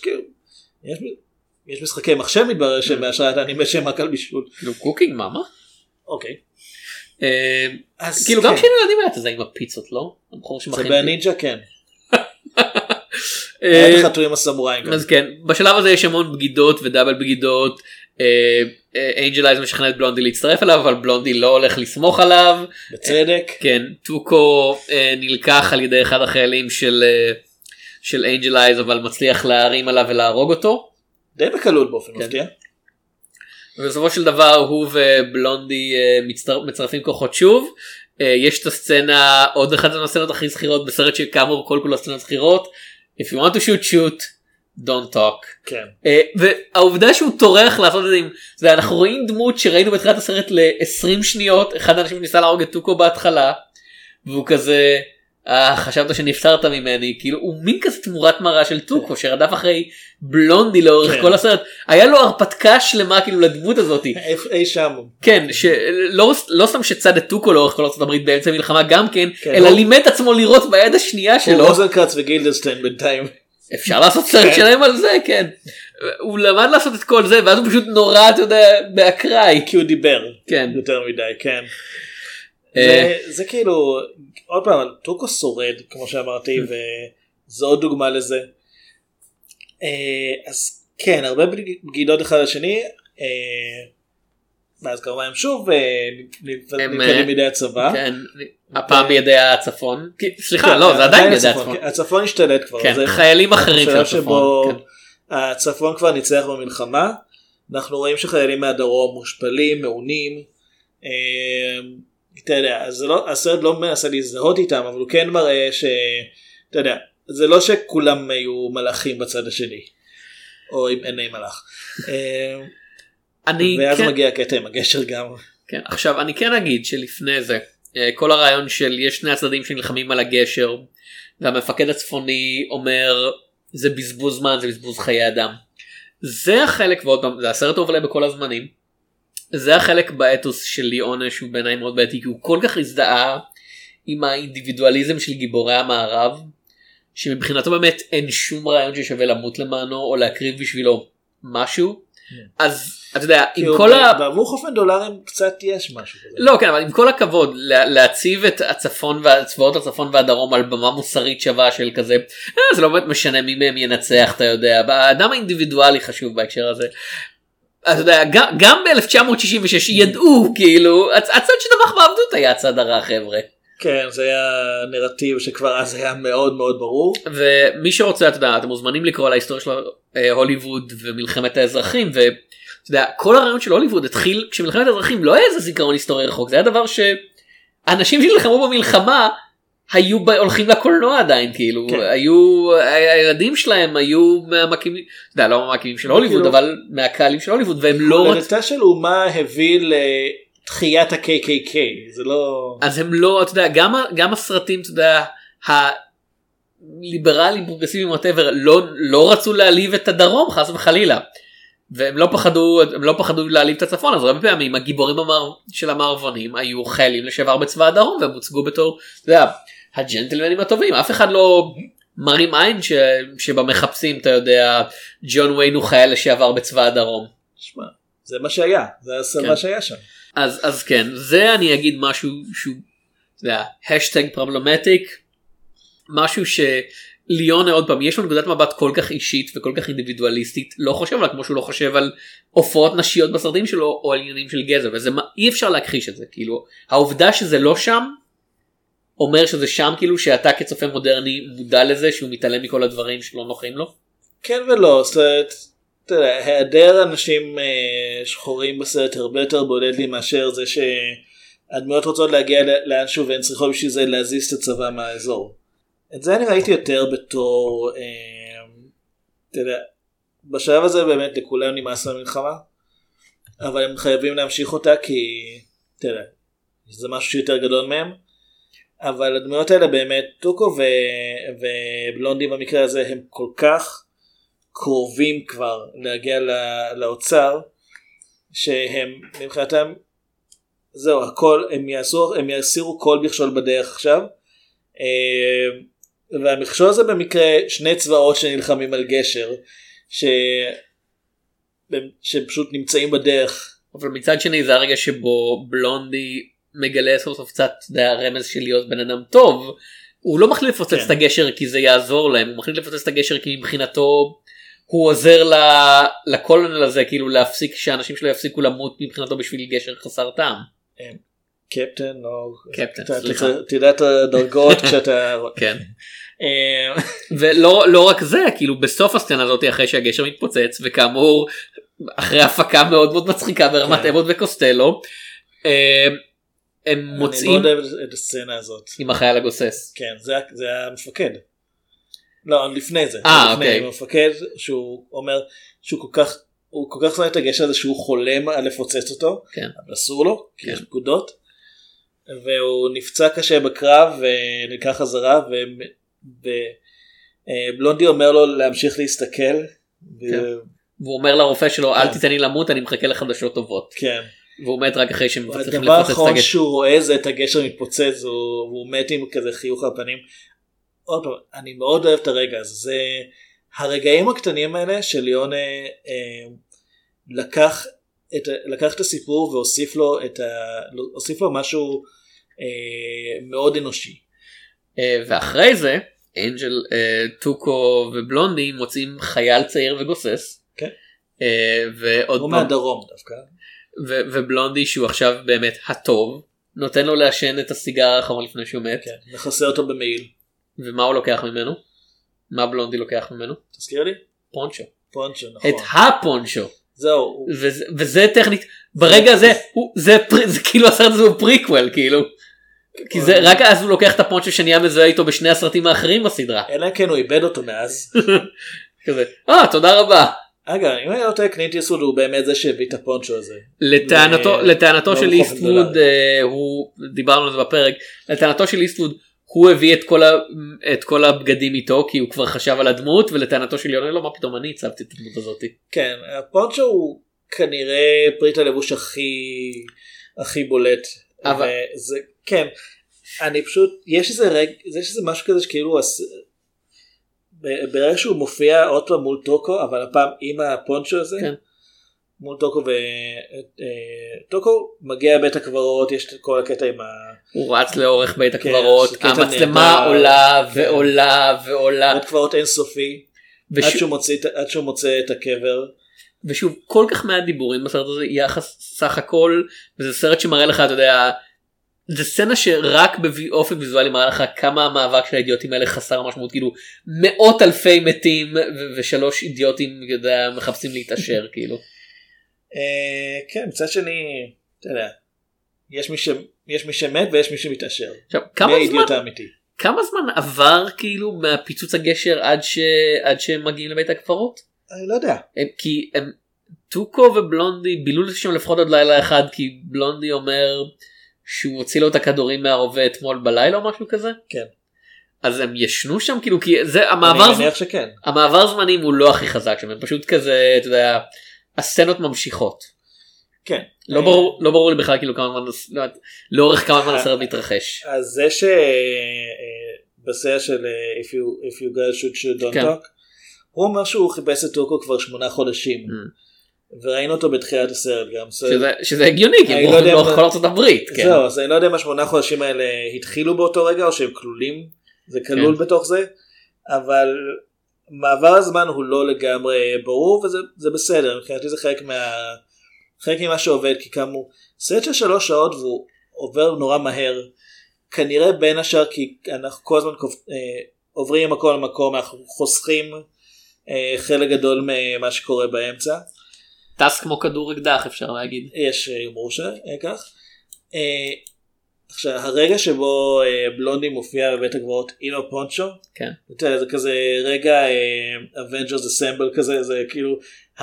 יש משחקי מחשב מתברר שמאשרת אנימה שהם רק על בישול. כאילו קוקינג מאמה? אוקיי. כאילו גם כשאני ילדים היה את זה עם הפיצות, לא? זה בנינג'ה כן. היה לך טועים הסמוראים. אז כן, בשלב הזה יש המון בגידות ודאבל בגידות. אנג'לייז משכנע את בלונדי להצטרף אליו, אבל בלונדי לא הולך לסמוך עליו. בצדק. כן, טוקו נלקח על ידי אחד החיילים של אנג'לייז, אבל מצליח להרים עליו ולהרוג אותו. די בקלות באופן מפתיע. ובסופו של דבר הוא ובלונדי מצטרפים כוחות שוב. יש את הסצנה, עוד אחד מהסצנות הכי זכירות בסרט שכאמור כל כולו סצנות זכירות. If you want to shoot, don't talk. כן. והעובדה שהוא טורח לעשות את זה, אנחנו רואים דמות שראינו בתחילת הסרט ל-20 שניות, אחד האנשים ניסה להרוג את טוקו בהתחלה, והוא כזה, חשבת שנפטרת ממני, כאילו הוא מין כזה תמורת מראה של טוקו, שרדף אחרי בלונדי לאורך כל הסרט, היה לו הרפתקה שלמה כאילו לדמות הזאת. אי שם. כן, לא סתם שצד את טוקו לאורך כל ארצות הברית באמצע מלחמה גם כן, אלא לימד עצמו לראות ביד השנייה שלו. הוא רוזנקרץ וגילדרסטיין בינתיים. אפשר לעשות סרט שלהם על זה, כן. הוא למד לעשות את כל זה, ואז הוא פשוט נורא, אתה יודע, באקראי. כי הוא דיבר. כן. יותר מדי, כן. זה כאילו, עוד פעם, טוקו שורד, כמו שאמרתי, וזו עוד דוגמה לזה. אז כן, הרבה בגידות אחד לשני, ואז כמובן הם שוב נפגעים מידי הצבא. כן, הפעם בידי הצפון. סליחה, לא, זה עדיין בידי הצפון. הצפון השתלט כבר. כן, חיילים אחרים של הצפון. הצפון כבר ניצח במלחמה, אנחנו רואים שחיילים מהדרום מושפלים, מעונים, אתה יודע, הסרט לא מנסה להזדהות איתם, אבל הוא כן מראה אתה יודע, זה לא שכולם היו מלאכים בצד השני, או עם עיני מלאך. ואז מגיע הקטע עם הגשר גם. כן, עכשיו אני כן אגיד שלפני זה, כל הרעיון של יש שני הצדדים שנלחמים על הגשר, והמפקד הצפוני אומר, זה בזבוז זמן, זה בזבוז חיי אדם. זה החלק, ועוד פעם, זה הסרט עולה בכל הזמנים, זה החלק באתוס של ליאונה שהוא בעיניי מאוד בעייתי, כי הוא כל כך הזדהה עם האינדיבידואליזם של גיבורי המערב, שמבחינתו באמת אין שום רעיון ששווה למות למענו או להקריב בשבילו משהו. אז אתה יודע, עם כל בעבור חופן דולרים קצת יש משהו כזה. לא, כן, אבל עם כל הכבוד להציב את הצפון והצבאות הצפון והדרום על במה מוסרית שווה של כזה, זה לא באמת משנה מי מהם ינצח, אתה יודע, האדם האינדיבידואלי חשוב בהקשר הזה. אתה יודע, גם ב-1966 ידעו, כאילו, הצד שתמך בעבדות היה הצד הרע, חבר'ה. כן, זה היה נרטיב שכבר אז היה מאוד מאוד ברור. ומי שרוצה, אתה יודע, אתם מוזמנים לקרוא על ההיסטוריה של הוליווד ומלחמת האזרחים, ואתה יודע, כל הרעיון של הוליווד התחיל, כשמלחמת האזרחים לא היה איזה זיכרון היסטורי רחוק, זה היה דבר שאנשים שנלחמו במלחמה, היו הולכים לקולנוע עדיין, כאילו, היו, הילדים שלהם היו מהמקימים, אתה יודע, לא מהמקימים של הוליווד, אבל מהקהלים של הוליווד, והם לא... הולדתה של אומה הביא לתחיית ה-KKK, זה לא... אז הם לא, אתה יודע, גם הסרטים, אתה יודע, הליברלים, פרוגרסיביים, whatever, לא רצו להעליב את הדרום, חס וחלילה. והם לא פחדו להעליב את הצפון, אז הרבה פעמים הגיבורים של המערבונים היו חיילים לשעבר בצבא הדרום, והם הוצגו בתור, אתה יודע, הג'נטלמנים הטובים, אף אחד לא מרים עין שבמחפשים, אתה יודע, ג'ון וויין הוא חייל לשעבר בצבא הדרום. שמה, זה מה שהיה, זה מה שהיה שם. אז כן, זה אני אגיד משהו שהוא, אתה יודע, השטג פרבלמטיק, משהו שליון עוד פעם יש לו נקודת מבט כל כך אישית וכל כך אינדיבידואליסטית, לא חושב עליה כמו שהוא לא חושב על הופעות נשיות בסרטים שלו או על עניינים של גזע, וזה אי אפשר להכחיש את זה, כאילו העובדה שזה לא שם אומר שזה שם, כאילו שאתה כצופה מודרני מודע לזה שהוא מתעלם מכל הדברים שלא נוחים לו. כן ולא, זאת אומרת, אתה יודע, היעדר אנשים שחורים בסרט הרבה יותר בולט לי מאשר זה שהדמויות רוצות להגיע לאנשהו והן צריכות בשביל זה להזיז את הצבא מהאזור. את זה אני ראיתי יותר בתור, אתה יודע, בשלב הזה באמת לכולם נמאס למלחמה, אבל הם חייבים להמשיך אותה כי, אתה יודע, זה משהו שיותר גדול מהם, אבל הדמויות האלה באמת, טוקו ובלונדי במקרה הזה הם כל כך קרובים כבר להגיע לאוצר, שהם מבחינתם, זהו, הכל, הם יסירו כל מכשול בדרך עכשיו, והמכשול הזה במקרה שני צבאות שנלחמים על גשר, שפשוט נמצאים בדרך. אבל מצד שני זה הרגע שבו בלונדי מגלה סוף סוף קצת רמז של להיות בן אדם טוב, הוא לא מחליט לפוצץ את הגשר כי זה יעזור להם, הוא מחליט לפוצץ את הגשר כי מבחינתו הוא עוזר לקולונל הזה, כאילו להפסיק, שאנשים שלו יפסיקו למות מבחינתו בשביל גשר חסר טעם. קפטן או... קפטן, סליחה. תדע את הדרגות כשאתה... כן. ולא רק זה, כאילו בסוף הסצנה הזאת אחרי שהגשר מתפוצץ, וכאמור אחרי הפקה מאוד מאוד מצחיקה ברמת אבוט וקוסטלו, הם מוצאים... אני לא אוהב את הסצנה הזאת. עם החייל הגוסס. כן, זה המפקד. לא, לפני זה. אוקיי. המפקד שהוא אומר שהוא כל כך שונא את הגשר הזה שהוא חולם על לפוצץ אותו, אבל אסור לו, כי יש פקודות, והוא נפצע קשה בקרב ונלקח חזרה, ובלונדי אומר לו להמשיך להסתכל, והוא אומר לרופא שלו אל תיתן לי למות, אני מחכה לחדשות טובות. כן. והוא מת רק אחרי שהם צריכים הדבר לפוצץ את האחרון הגשר. שהוא רואה זה את הגשר מתפוצץ, והוא מת עם כזה חיוך על הפנים. עוד פעם, אני מאוד אוהב את הרגע הזה, זה הרגעים הקטנים האלה של ליונה לקח את הסיפור והוסיף לו משהו מאוד אנושי. ואחרי זה אנג'ל, טוקו ובלונדי מוצאים חייל צעיר וגוסס. כן. הוא מהדרום דווקא. ובלונדי שהוא עכשיו באמת הטוב נותן לו לעשן את הסיגר האחרון לפני שהוא מת. כן, מכסה אותו במעיל. ומה הוא לוקח ממנו? מה בלונדי לוקח ממנו? תזכיר לי? פונצ'ו. פונצ'ו, נכון. את הפונצ'ו. זהו. וזה טכנית, ברגע הזה, זה כאילו הסרט הזה הוא פריקוול, כאילו. כי זה רק אז הוא לוקח את הפונצ'ו שנהיה מזוהה איתו בשני הסרטים האחרים בסדרה. אלא כן הוא איבד אותו מאז. כזה, תודה רבה. אגב, אם היה אותו קלינט איסטווד הוא באמת זה שהביא את הפונצ'ו הזה. לטענתו של איסטווד, דיברנו על זה בפרק, לטענתו של איסטווד, הוא הביא את כל הבגדים איתו כי הוא כבר חשב על הדמות, ולטענתו של יונה לא, מה פתאום אני הצבתי את הדמות הזאת. כן, הפונצ'ו הוא כנראה פריט הלבוש הכי בולט. אבל זה, כן, אני פשוט, יש איזה משהו כזה שכאילו, ברגע שהוא מופיע עוד פעם מול טוקו, אבל הפעם עם הפונצ'ו הזה, מול טוקו טוקו מגיע בית הקברות, יש כל הקטע עם הוא רץ לאורך בית הקברות, המצלמה עולה ועולה ועולה. בית קברות אינסופי, עד שהוא מוצא את הקבר. ושוב, כל כך מעט דיבורים בסרט הזה, יחס סך הכל, וזה סרט שמראה לך, אתה יודע, זה סצנה שרק באופן ויזואלי מראה לך כמה המאבק של האידיוטים האלה חסר משמעות, כאילו מאות אלפי מתים ושלוש אידיוטים, יודע, מחפשים להתאשר, כאילו. כן, מצד שני, אתה יודע, יש מי שמת ויש מי שמתאשר. עכשיו, כמה זמן עבר כאילו מהפיצוץ הגשר עד שהם מגיעים לבית הקברות? אני לא יודע. כי טוקו ובלונדי בילו שם לפחות עוד לילה אחד, כי בלונדי אומר שהוא הוציא לו את הכדורים מהרובה אתמול בלילה או משהו כזה. כן. אז הם ישנו שם כאילו, כי זה המעבר, אני מניח שכן. המעבר זמנים הוא לא הכי חזק שם, הם פשוט כזה, אתה יודע, הסצנות ממשיכות. כן. לא ברור לי בכלל כאילו כמה זמן, לאורך כמה זמן הסרט מתרחש. אז זה שבסרט של If you guys should don't talk, הוא אומר שהוא חיפש את טוקו כבר 8 חודשים. וראינו אותו בתחילת הסרט גם. שזה הגיוני, כי הוא לא יכול ארצות הברית. זהו, אז אני לא יודע אם 8 חודשים האלה התחילו באותו רגע, או שהם כלולים זה כלול בתוך זה, אבל מעבר הזמן הוא לא לגמרי ברור, וזה בסדר, מבחינתי זה חלק ממה שעובד, כי כאמור, סרט של 3 שעות והוא עובר נורא מהר, כנראה בין השאר כי אנחנו כל הזמן עוברים ממקום למקום, אנחנו חוסכים חלק גדול ממה שקורה באמצע. טס כמו כדור אקדח אפשר להגיד. יש יאמרו שכך. עכשיו הרגע שבו בלונדי מופיע בבית הגברות אינו פונצ'ו, כן. זה כזה רגע Avengers Assemble כזה, זה כאילו,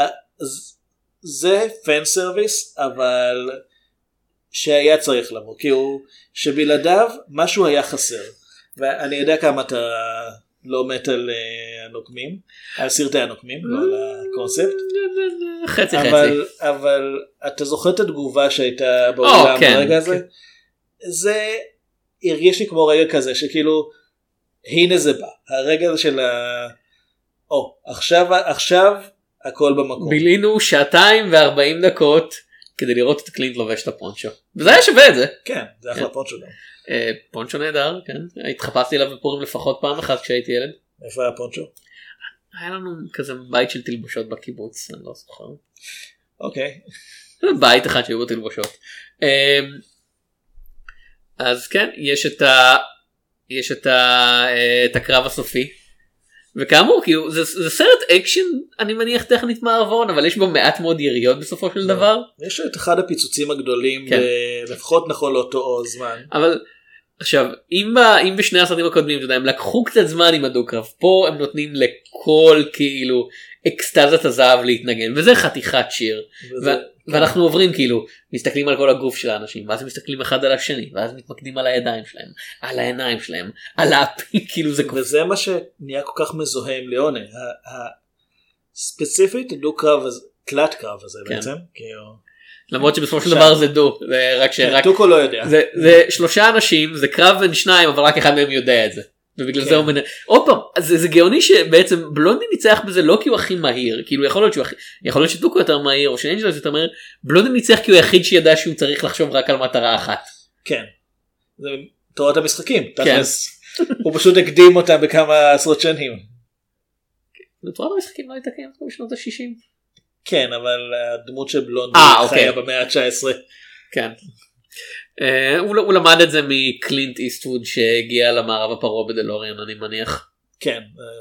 זה פן סרוויס, אבל שהיה צריך לבוא, כאילו שבלעדיו משהו היה חסר, ואני יודע כמה אתה לא מת על הנוקמים, על סרטי הנוקמים, לא על הקונספט, חצי. אבל אתה זוכר את התגובה שהייתה בעולם ברגע הזה? זה הרגיש לי כמו רגע כזה שכאילו הנה זה בא, הרגע הזה של עכשיו הכל במקום. בילינו 2:40 כדי לראות את קלינט לובש את הפונצ'ו, וזה היה שווה את זה. כן, זה אחלה פונצ'ו גם. פונצ'ו נהדר, כן. התחפשתי אליו בפורים לפחות פעם אחת כשהייתי ילד. איפה היה פונצ'ו? היה לנו כזה בית של תלבושות בקיבוץ, אני לא זוכר. אוקיי. בית אחד שהיו בו תלבושות. אז כן, יש את הקרב הסופי, וכאמור כאילו זה סרט אקשן, אני מניח טכנית מערבון, אבל יש בו מעט מאוד יריות בסופו של דבר. יש את אחד הפיצוצים הגדולים, לפחות נכון לאותו זמן. אבל עכשיו אם בשני הסרטים הקודמים אתה יודע, הם לקחו קצת זמן עם הדו-קרב, פה הם נותנים לכל כאילו אקסטזת הזהב להתנגן, וזה חתיכת שיר, ואנחנו עוברים כאילו, מסתכלים על כל הגוף של האנשים, ואז מסתכלים אחד על השני, ואז מתמקדים על הידיים שלהם, על העיניים שלהם, על האפי, כאילו זה... וזה מה שנהיה כל כך מזוהה עם ליאונה, ספציפית דו-קרב, תלת קרב הזה בעצם, למרות שבסופו של דבר זה דו, דוקו לא יודע. זה 3 אנשים, זה קרב בין 2, אבל רק אחד מהם יודע את זה. ובגלל זה הוא מנהל, עוד פעם, זה גאוני שבעצם בלונדי ניצח בזה לא כי הוא הכי מהיר, כאילו יכול להיות שדוקו יותר מהיר, או שאנג'לס יותר מהיר, בלונדי ניצח כי הוא היחיד שידע שהוא צריך לחשוב רק על מטרה אחת. כן, זה תורת המשחקים, הוא פשוט הקדים אותם בכמה עשרות שנים. תורת המשחקים לא הייתה קיימת בשנות ה-60. כן, אבל הדמות של בלונדי חיה במאה ה-19. כן. הוא למד את זה מקלינט איסטווד שהגיע למערב הפרוע בדלוריאן, אני מניח. כן.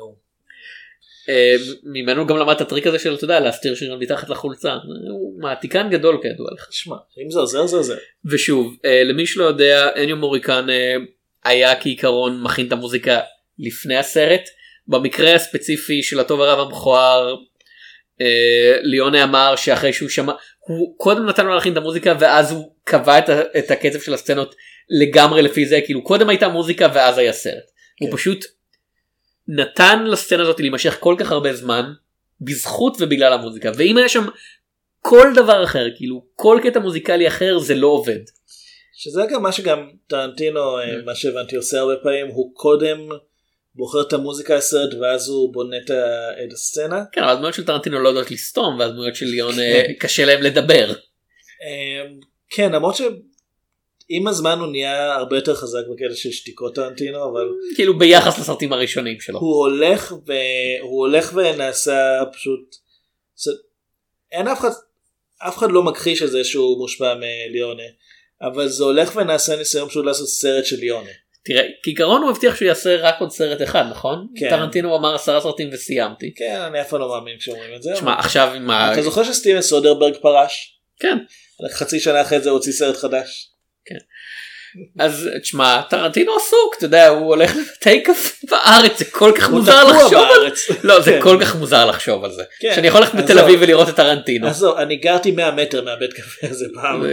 ממנו גם למד את הטריק הזה של, אתה יודע, להסתיר שירים מתחת לחולצה. הוא מעתיקן גדול כידוע לך. שמע, אם זה עוזר, זה עוזר. ושוב, למי שלא יודע, אניו מוריקן היה כעיקרון מכין את המוזיקה לפני הסרט. במקרה הספציפי של הטוב הרב המכוער, ליונה אמר שאחרי שהוא שמע, הוא קודם נתן לו להכין את המוזיקה ואז הוא קבע את הקצב של הסצנות לגמרי לפי זה, כאילו קודם הייתה מוזיקה ואז היה סרט. הוא פשוט נתן לסצנה הזאת להימשך כל כך הרבה זמן בזכות ובגלל המוזיקה, ואם היה שם כל דבר אחר, כאילו כל קטע מוזיקלי אחר, זה לא עובד. שזה גם מה שגם טרנטינו, מה שהבנתי עושה הרבה פעמים, הוא קודם בוחר את המוזיקה הסרט ואז הוא בונה את הסצנה. כן, אבל הדמויות של טרנטינו לא יודעות לסתום, והדמויות של ליון קשה להם לדבר. כן, למרות שעם הזמן הוא נהיה הרבה יותר חזק בקטע של שתיקות טרנטינו, אבל... כאילו ביחס לסרטים הראשונים שלו. הוא הולך ונעשה פשוט... אין אף אחד לא מכחיש את זה שהוא מושפע מליונה, אבל זה הולך ונעשה ניסיון פשוט לעשות סרט של ליונה. תראה, כעיקרון הוא הבטיח שהוא יעשה רק עוד סרט אחד, נכון? כן. טרנטינו אמר 10 סרטים וסיימתי. כן, אני אף פעם לא מאמין כשאומרים את זה. תשמע, עכשיו עם ה... אתה זוכר שסטיבן סודרברג פרש? כן. חצי שנה אחרי זה הוציא סרט חדש. כן. אז תשמע, טרנטינו עסוק, אתה יודע, הוא הולך לבתי קפה בארץ, זה כל כך מוזר לחשוב על זה. לא, זה כל כך מוזר לחשוב על זה. שאני יכול ללכת בתל אביב ולראות את טרנטינו. אז לא, אני גרתי 100 מטר מהבית קפה הזה פעם.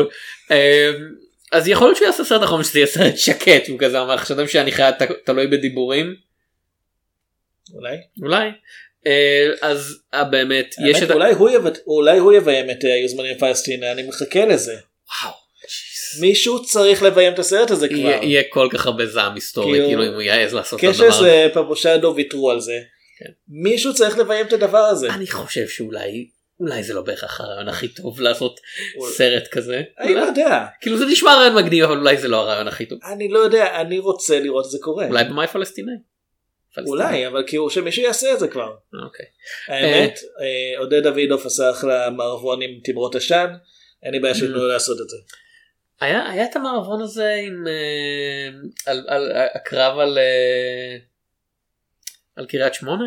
אז יכול להיות שהוא יעשה סרט אחרון שזה יהיה סרט שקט, הוא כזה אמר, חשבתם שאני חייב תלוי בדיבורים? אולי. אז באמת, יש את... אולי הוא יביים את היוזמנים פלסטינה, אני מחכה לזה. וואו. מישהו צריך לביים את הסרט הזה כבר. יהיה כל כך הרבה זעם היסטורי, כאילו אם הוא יעז לעשות את הדבר. קשס פפושדו ויתרו על זה. מישהו צריך לביים את הדבר הזה. אני חושב שאולי אולי זה לא בהכרח הרעיון הכי טוב לעשות סרט כזה. אני לא יודע. כאילו זה נשמע רעיון מגניב, אבל אולי זה לא הרעיון הכי טוב. אני לא יודע, אני רוצה לראות את זה קורה. אולי במאי פלסטיני. אולי, אבל כאילו שמישהו יעשה את זה כבר. אוקיי. האמת, עודד דוידוף עשה אחלה מערבון עם תמרות עשן, אין לי בעיה שלא לעשות את זה. היה את המערבון הזה עם הקרב על קריית שמונה?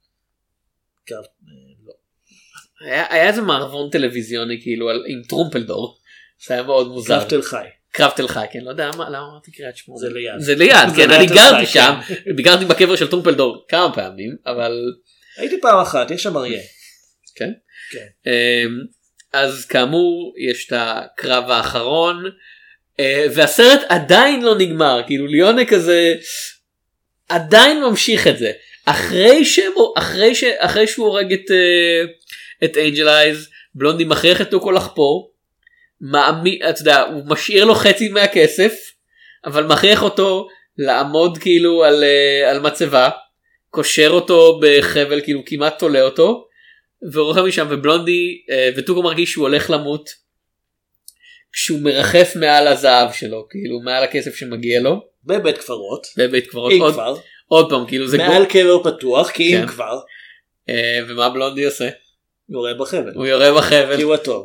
לא. היה איזה מערבון טלוויזיוני כאילו עם טרומפלדור, זה היה מאוד מוזר. קרב תל חי. קרב תל חי, כן, לא יודע למה אמרתי קריית שמונה. זה ליד. זה ליד, כן, אני גרתי שם, ביקרתי בקבר של טרומפלדור כמה פעמים, אבל... הייתי פעם אחת, יש שם אריה. כן? כן. אז כאמור, יש את הקרב האחרון, והסרט עדיין לא נגמר, כאילו ליונה כזה עדיין ממשיך את זה. אחרי שהוא הורג את אנג'ל אייז, בלונדי מכריח את טוקו לחפור, אתה יודע, הוא משאיר לו חצי מהכסף, אבל מכריח אותו לעמוד כאילו על מצבה, קושר אותו בחבל, כאילו כמעט תולה אותו, ורוחב משם, ובלונדי וטוקו מרגיש שהוא הולך למות, כשהוא מרחף מעל הזהב שלו, כאילו מעל הכסף שמגיע לו. בבית קברות. בבית קברות. אם כבר. עוד פעם, כאילו זה... מעל קבר פתוח, כי אם כבר. ומה בלונדי עושה? יורה בחבל. הוא יורה בחבל. כי הוא הטוב.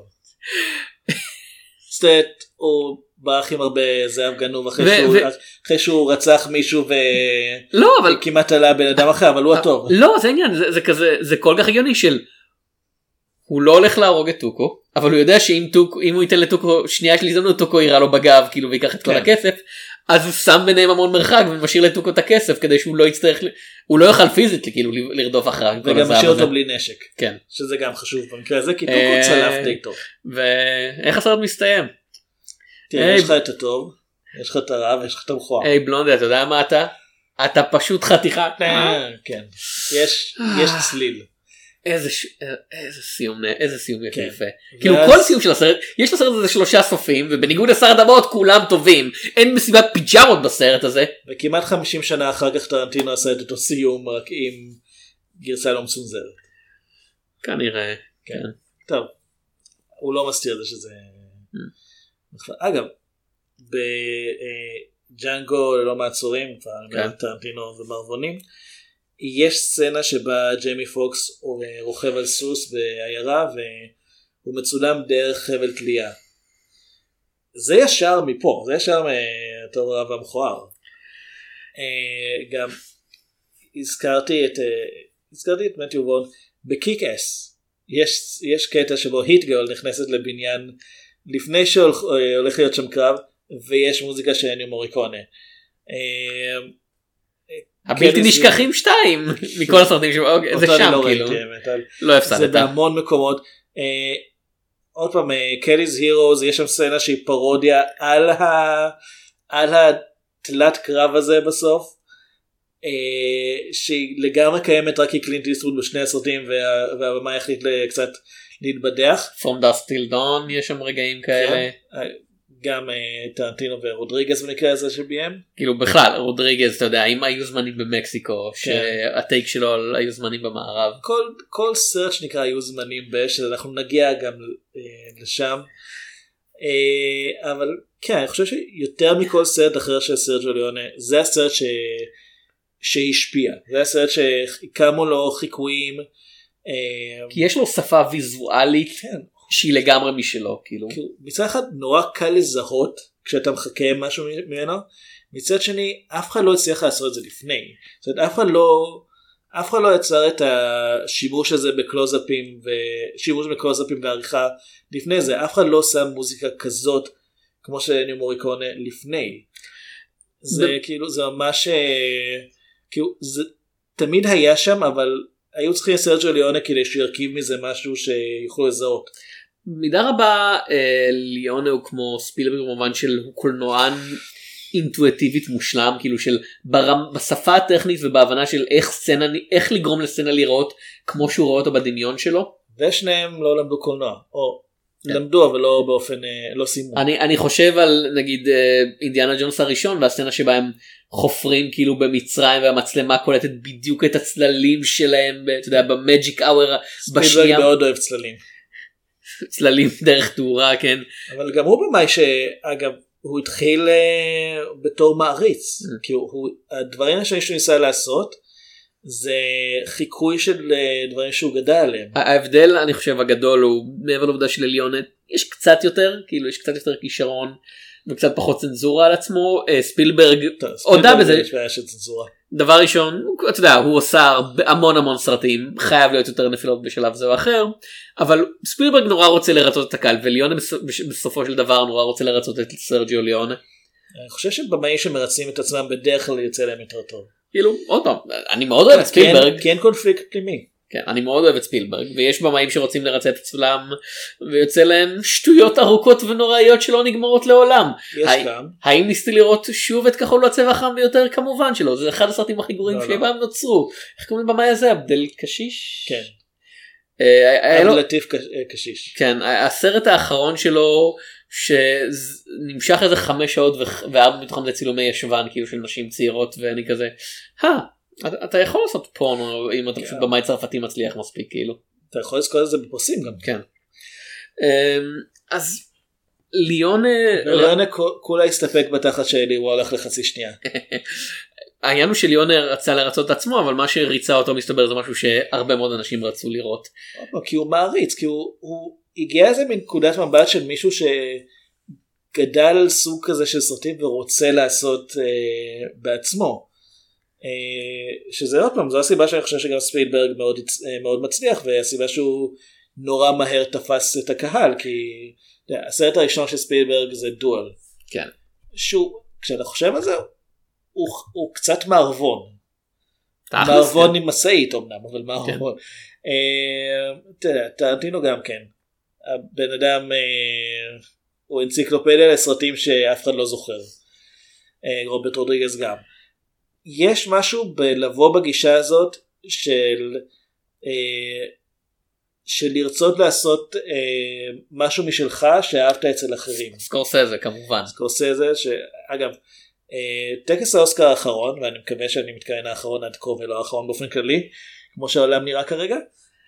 סטט, הוא ברח עם הרבה זהב גנוב אחרי שהוא רצח מישהו וכמעט עלה בן אדם אחר, אבל הוא הטוב. לא, זה עניין, זה כל כך הגיוני של... הוא לא הולך להרוג את טוקו, אבל הוא יודע שאם הוא ייתן לטוקו שנייה של הזדמנות, טוקו יירה לו בגב, כאילו ויקח את כל הכסף, אז הוא שם ביניהם המון מרחק ומשאיר לטוקו את הכסף כדי שהוא לא יצטרך, הוא לא יוכל פיזית כאילו לרדוף אחריו. וגם משאיר אותו בלי נשק. כן. שזה גם חשוב במקרה הזה, כי טוקו צלף די טוב. ואיך הסרט מסתיים? תראה, יש לך את הטוב, יש לך את הרע ויש לך את המכוער. היי בלונדי, אתה יודע מה אתה? אתה פשוט חתיכה. כן. יש צליל. איזה סיום יפה. כאילו כל סיום של הסרט, יש לסרט הזה 3 סופים, ובניגוד לסרט הבאות כולם טובים, אין מסיבת פיג'מות בסרט הזה. וכמעט 50 שנה אחר כך טרנטינו עשה את אותו סיום, רק עם גרסה לא מצונזרת. כנראה, כן. טוב, הוא לא מסתיר את זה שזה... אגב, בג'אנגו ללא מעצורים, טרנטינו ומרבונים, יש סצנה שבה ג'יימי פוקס רוכב על סוס בעיירה והוא מצולם דרך חבל תלייה. זה ישר מפה, זה ישר מהטוב רב המכוער. גם הזכרתי את מתיו וון בקיק אס. יש קטע שבו היט גרל נכנסת לבניין לפני שהולך להיות שם קרב, ויש מוזיקה של אניו מוריקונה. הבלתי נשכחים 2 מכל הסרטים זה שם כאילו לא הפסדת. זה בהמון מקומות. עוד פעם, קלי's Heroes, יש שם סצנה שהיא פרודיה על התלת קרב הזה בסוף, שהיא לגמרי קיימת רק כי קלינט איסטווד בשני הסרטים והבמה החליט קצת להתבדח. From Dusk Till Dawn יש שם רגעים כאלה. גם טרנטינו ורודריגז במקרה הזה שביים. כאילו בכלל רודריגז, אתה יודע, אם היו זמנים במקסיקו, שהטייק שלו היו זמנים במערב. כל סרט שנקרא היו זמנים שאנחנו נגיע גם לשם. אבל כן, אני חושב שיותר מכל סרט אחר של סרג'יו ליונה, זה הסרט שהשפיע. זה הסרט שקמו לו חיקויים. כי יש לו שפה ויזואלית. כן. שהיא לגמרי משלו, כאילו. מצד אחד נורא קל לזהות כשאתה מחכה משהו ממנו, מצד שני אף אחד לא הצליח לעשות את זה לפני. זאת אומרת, אף אחד לא יצר את השימוש הזה בקלוזאפים ושימוש בקלוזאפים ועריכה לפני זה. אף אחד לא שם מוזיקה כזאת כמו שאניו מוריקונה לפני. זה כאילו, זה ממש כאילו, זה תמיד היה שם, אבל היו צריכים לסרג'יו ליונה כדי שירכיב מזה משהו שיוכלו לזהות. מידה רבה ליונה הוא כמו ספילברג במובן של הוא קולנוען אינטואיטיבית מושלם, כאילו של בשפה הטכנית ובהבנה של איך לגרום לסצנה לראות כמו שהוא רואה אותו בדמיון שלו. ושניהם לא למדו קולנוע, או למדו אבל לא באופן, לא סיימו. אני חושב על נגיד אינדיאנה ג'ונס הראשון והסצנה שבה הם חופרים כאילו במצרים והמצלמה קולטת בדיוק את הצללים שלהם, אתה יודע, במג'יק אאוור בשנייה. ספילברג מאוד אוהב צללים. צללים דרך תאורה, כן. אבל גם הוא במאי שאגב הוא התחיל בתור מעריץ, כי הדברים שהוא ניסה לעשות זה חיקוי של דברים שהוא גדל עליהם. ההבדל אני חושב הגדול הוא מעבר לעובדה של ליונה יש קצת יותר, כאילו יש קצת יותר כישרון וקצת פחות צנזורה על עצמו. ספילברג הודה בזה. דבר ראשון, אתה יודע, הוא עושה המון סרטים, חייב להיות יותר נפילות בשלב זה או אחר, אבל ספילברג נורא רוצה לרצות את הקהל, וליונה בסופו של דבר נורא רוצה לרצות את סרג'יו ליונה. אני חושב שבמאים שמרצים את עצמם בדרך כלל יוצא להם יותר טוב. כאילו, עוד פעם, אני מאוד אוהב את ספילברג. כי אין קונפליקט פנימי. כן, אני מאוד אוהב את ספילברג, ויש במאים שרוצים לרצות את עצמם, ויוצא להם שטויות ארוכות ונוראיות שלא נגמרות לעולם. יש גם. האם ניסתי לראות שוב את כחול והצבע החם ביותר? כמובן שלא, זה אחד הסרטים הכי גרועים שבהם נוצרו. איך קוראים לבמאי הזה? עבדל קשיש? כן. לטיף קשיש. כן, הסרט האחרון שלו שנמשך איזה 5 שעות ו4 מתוכם זה צילומי ישבן כאילו של נשים צעירות, ואני כזה אתה יכול לעשות פורנו אם אתה פשוט במאי צרפתי מצליח מספיק, כאילו אתה יכול לזכור את זה בפרסים גם. כן. אז ליונה כולה הסתפק בתחת שלי, הוא הולך לחצי שנייה. העניין הוא שליונה רצה לרצות את עצמו, אבל מה שריצה אותו מסתבר זה משהו שהרבה מאוד אנשים רצו לראות. כי הוא מעריץ, כי הוא הגיע איזה מנקודת מבט של מישהו שגדל על סוג כזה של סרטים ורוצה לעשות בעצמו. שזה עוד פעם, זו הסיבה שאני חושב שגם ספילברג מאוד מצליח, והסיבה שהוא נורא מהר תפס את הקהל, כי הסרט הראשון של ספילברג זה דואל. כן. שהוא, כשאתה חושב על זה, הוא קצת מערבון. מערבון עם מסעית אמנם, אבל מערבון. טרנטינו גם כן. הבן אדם הוא אנציקלופדיה לסרטים שאף אחד לא זוכר. רוברט רודריגז גם. יש משהו בלבוא בגישה הזאת של לרצות לעשות משהו משלך שאהבת אצל אחרים. סקורסזה כמובן. סקורסזה שאגב טקס האוסקר האחרון, ואני מקווה שאני מתכוון האחרון עד כה ולא האחרון באופן כללי, כמו שהעולם נראה כרגע,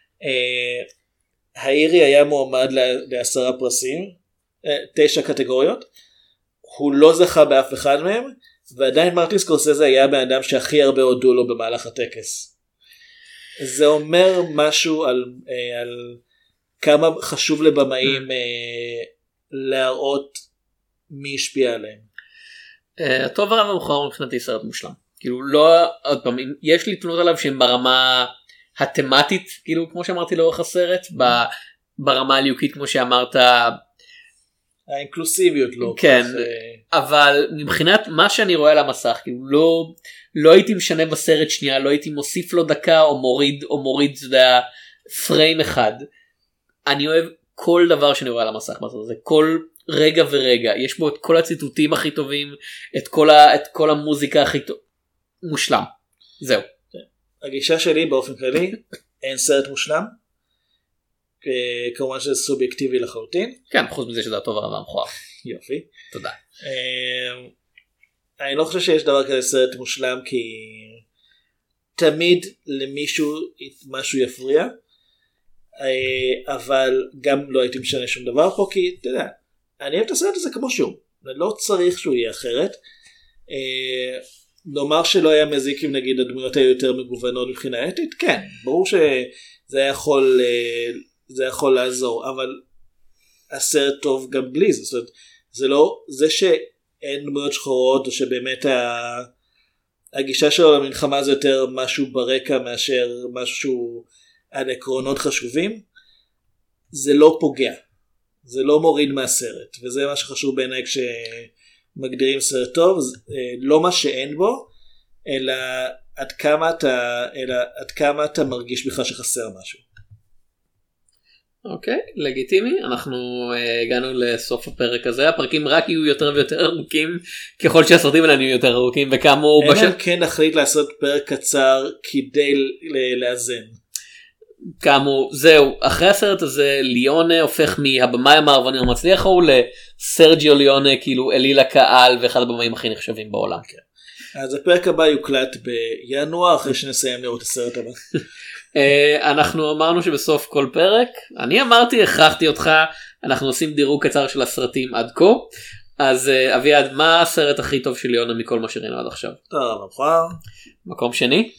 האירי היה מועמד ל10 פרסים, 9 קטגוריות, הוא לא זכה באף אחד מהם, ועדיין מרטין סקורסזה היה בן אדם שהכי הרבה הודו לו במהלך הטקס. זה אומר משהו על כמה חשוב לבמאים להראות מי השפיע עליהם. הטוב הרב המוכר מבחינתי סרט מושלם. כאילו לא, עוד פעם, יש לי תלונות עליו שהם ברמה התמטית, כאילו כמו שאמרתי לאורך הסרט, ברמה הליוקית כמו שאמרת, האינקלוסיביות לא. כן, אבל מבחינת מה שאני רואה על המסך, כאילו לא הייתי משנה בסרט שנייה, לא הייתי מוסיף לו דקה או מוריד, זה יודע, פריים אחד. אני אוהב כל דבר שאני רואה על המסך, זה כל רגע ורגע, יש בו את כל הציטוטים הכי טובים, את כל המוזיקה הכי טוב, מושלם, זהו. הגישה שלי באופן כללי, אין סרט מושלם, כמובן שזה סובייקטיבי לחלוטין. כן, חוץ מזה שזה הטוב הרב המכוער. יופי. תודה. אני לא חושב שיש דבר כזה סרט מושלם, כי תמיד למישהו משהו יפריע, אבל גם לא הייתי משנה שום דבר פה, כי אתה יודע, אני אוהב את הסרט הזה כמו שהוא, לא צריך שהוא יהיה אחרת. נאמר שלא היה מזיק אם נגיד הדמויות היו יותר מגוונות מבחינה אתית, כן, ברור שזה יכול לעזור, אבל הסרט טוב גם בלי זה. זאת אומרת, זה לא, זה שאין דמויות שחורות, או שבאמת הגישה שלו למלחמה זה יותר משהו ברקע מאשר משהו על עקרונות חשובים, זה לא פוגע, זה לא מוריד מהסרט, וזה מה שחשוב בעיניי כשמגדירים סרט טוב, לא מה שאין בו, אלא עד כמה אתה מרגיש בכלל שחסר משהו. אוקיי, לגיטימי. אנחנו הגענו לסוף הפרק הזה, הפרקים רק יהיו יותר ויותר ארוכים ככל שהסרטים האלה יהיו יותר ארוכים, וכאמור אין כן נחליט לעשות פרק קצר כדי לאזן. כאמור, זהו, אחרי הסרט הזה ליונה הופך מהבמאי המערבני המצליח הוא לסרג'יו ליונה, כאילו אליל הקהל ואחד הבמאים הכי נחשבים בעולם. אז הפרק הבא יוקלט בינואר אחרי שנסיים לראות הסרט הבא. אנחנו אמרנו שבסוף כל פרק, אני אמרתי, הכרחתי אותך, אנחנו עושים דירוג קצר של הסרטים עד כה, אז אביעד, מה הסרט הכי טוב של יונה מכל מה שראינו עד עכשיו? טוב, נכון. מקום שני?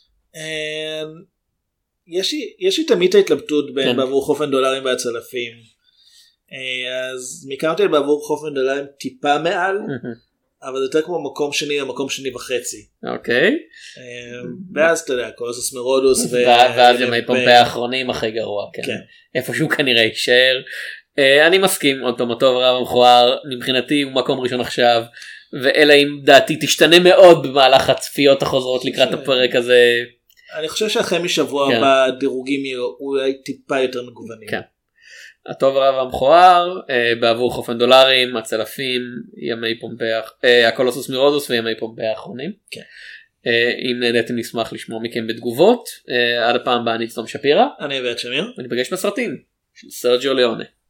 יש לי תמיד ההתלבטות בין בעבור חופן דולרים והצלפים, אז מיקמתי בעבור חופן דולרים טיפה מעל, אבל זה יותר כמו מקום שני או מקום שני וחצי. אוקיי. ואז אתה יודע, קולוסוס מרודוס ואז ימי פומפיי האחרונים הכי גרוע, כן. איפשהו כנראה יישאר. אני מסכים, עוד פעם, הטוב הרע והמכוער, מבחינתי הוא מקום ראשון עכשיו, ואלא אם דעתי תשתנה מאוד במהלך הצפיות החוזרות לקראת הפרק הזה. אני חושב שאחרי משבוע הבא דירוגים יהיו אולי טיפה יותר מגוונים. כן. הטוב הרע והמכוער, בעבור חופן דולרים, הצלפים, ימי פומפיי, הקולוסוס מרודוס וימי פומפיי האחרונים. כן. אם נהניתם נשמח לשמוע מכם בתגובות. עד הפעם הבאה אני תום שפירא. אני אביעד שמיר. ונפגש בסרטים של סרג'יו ליאונה.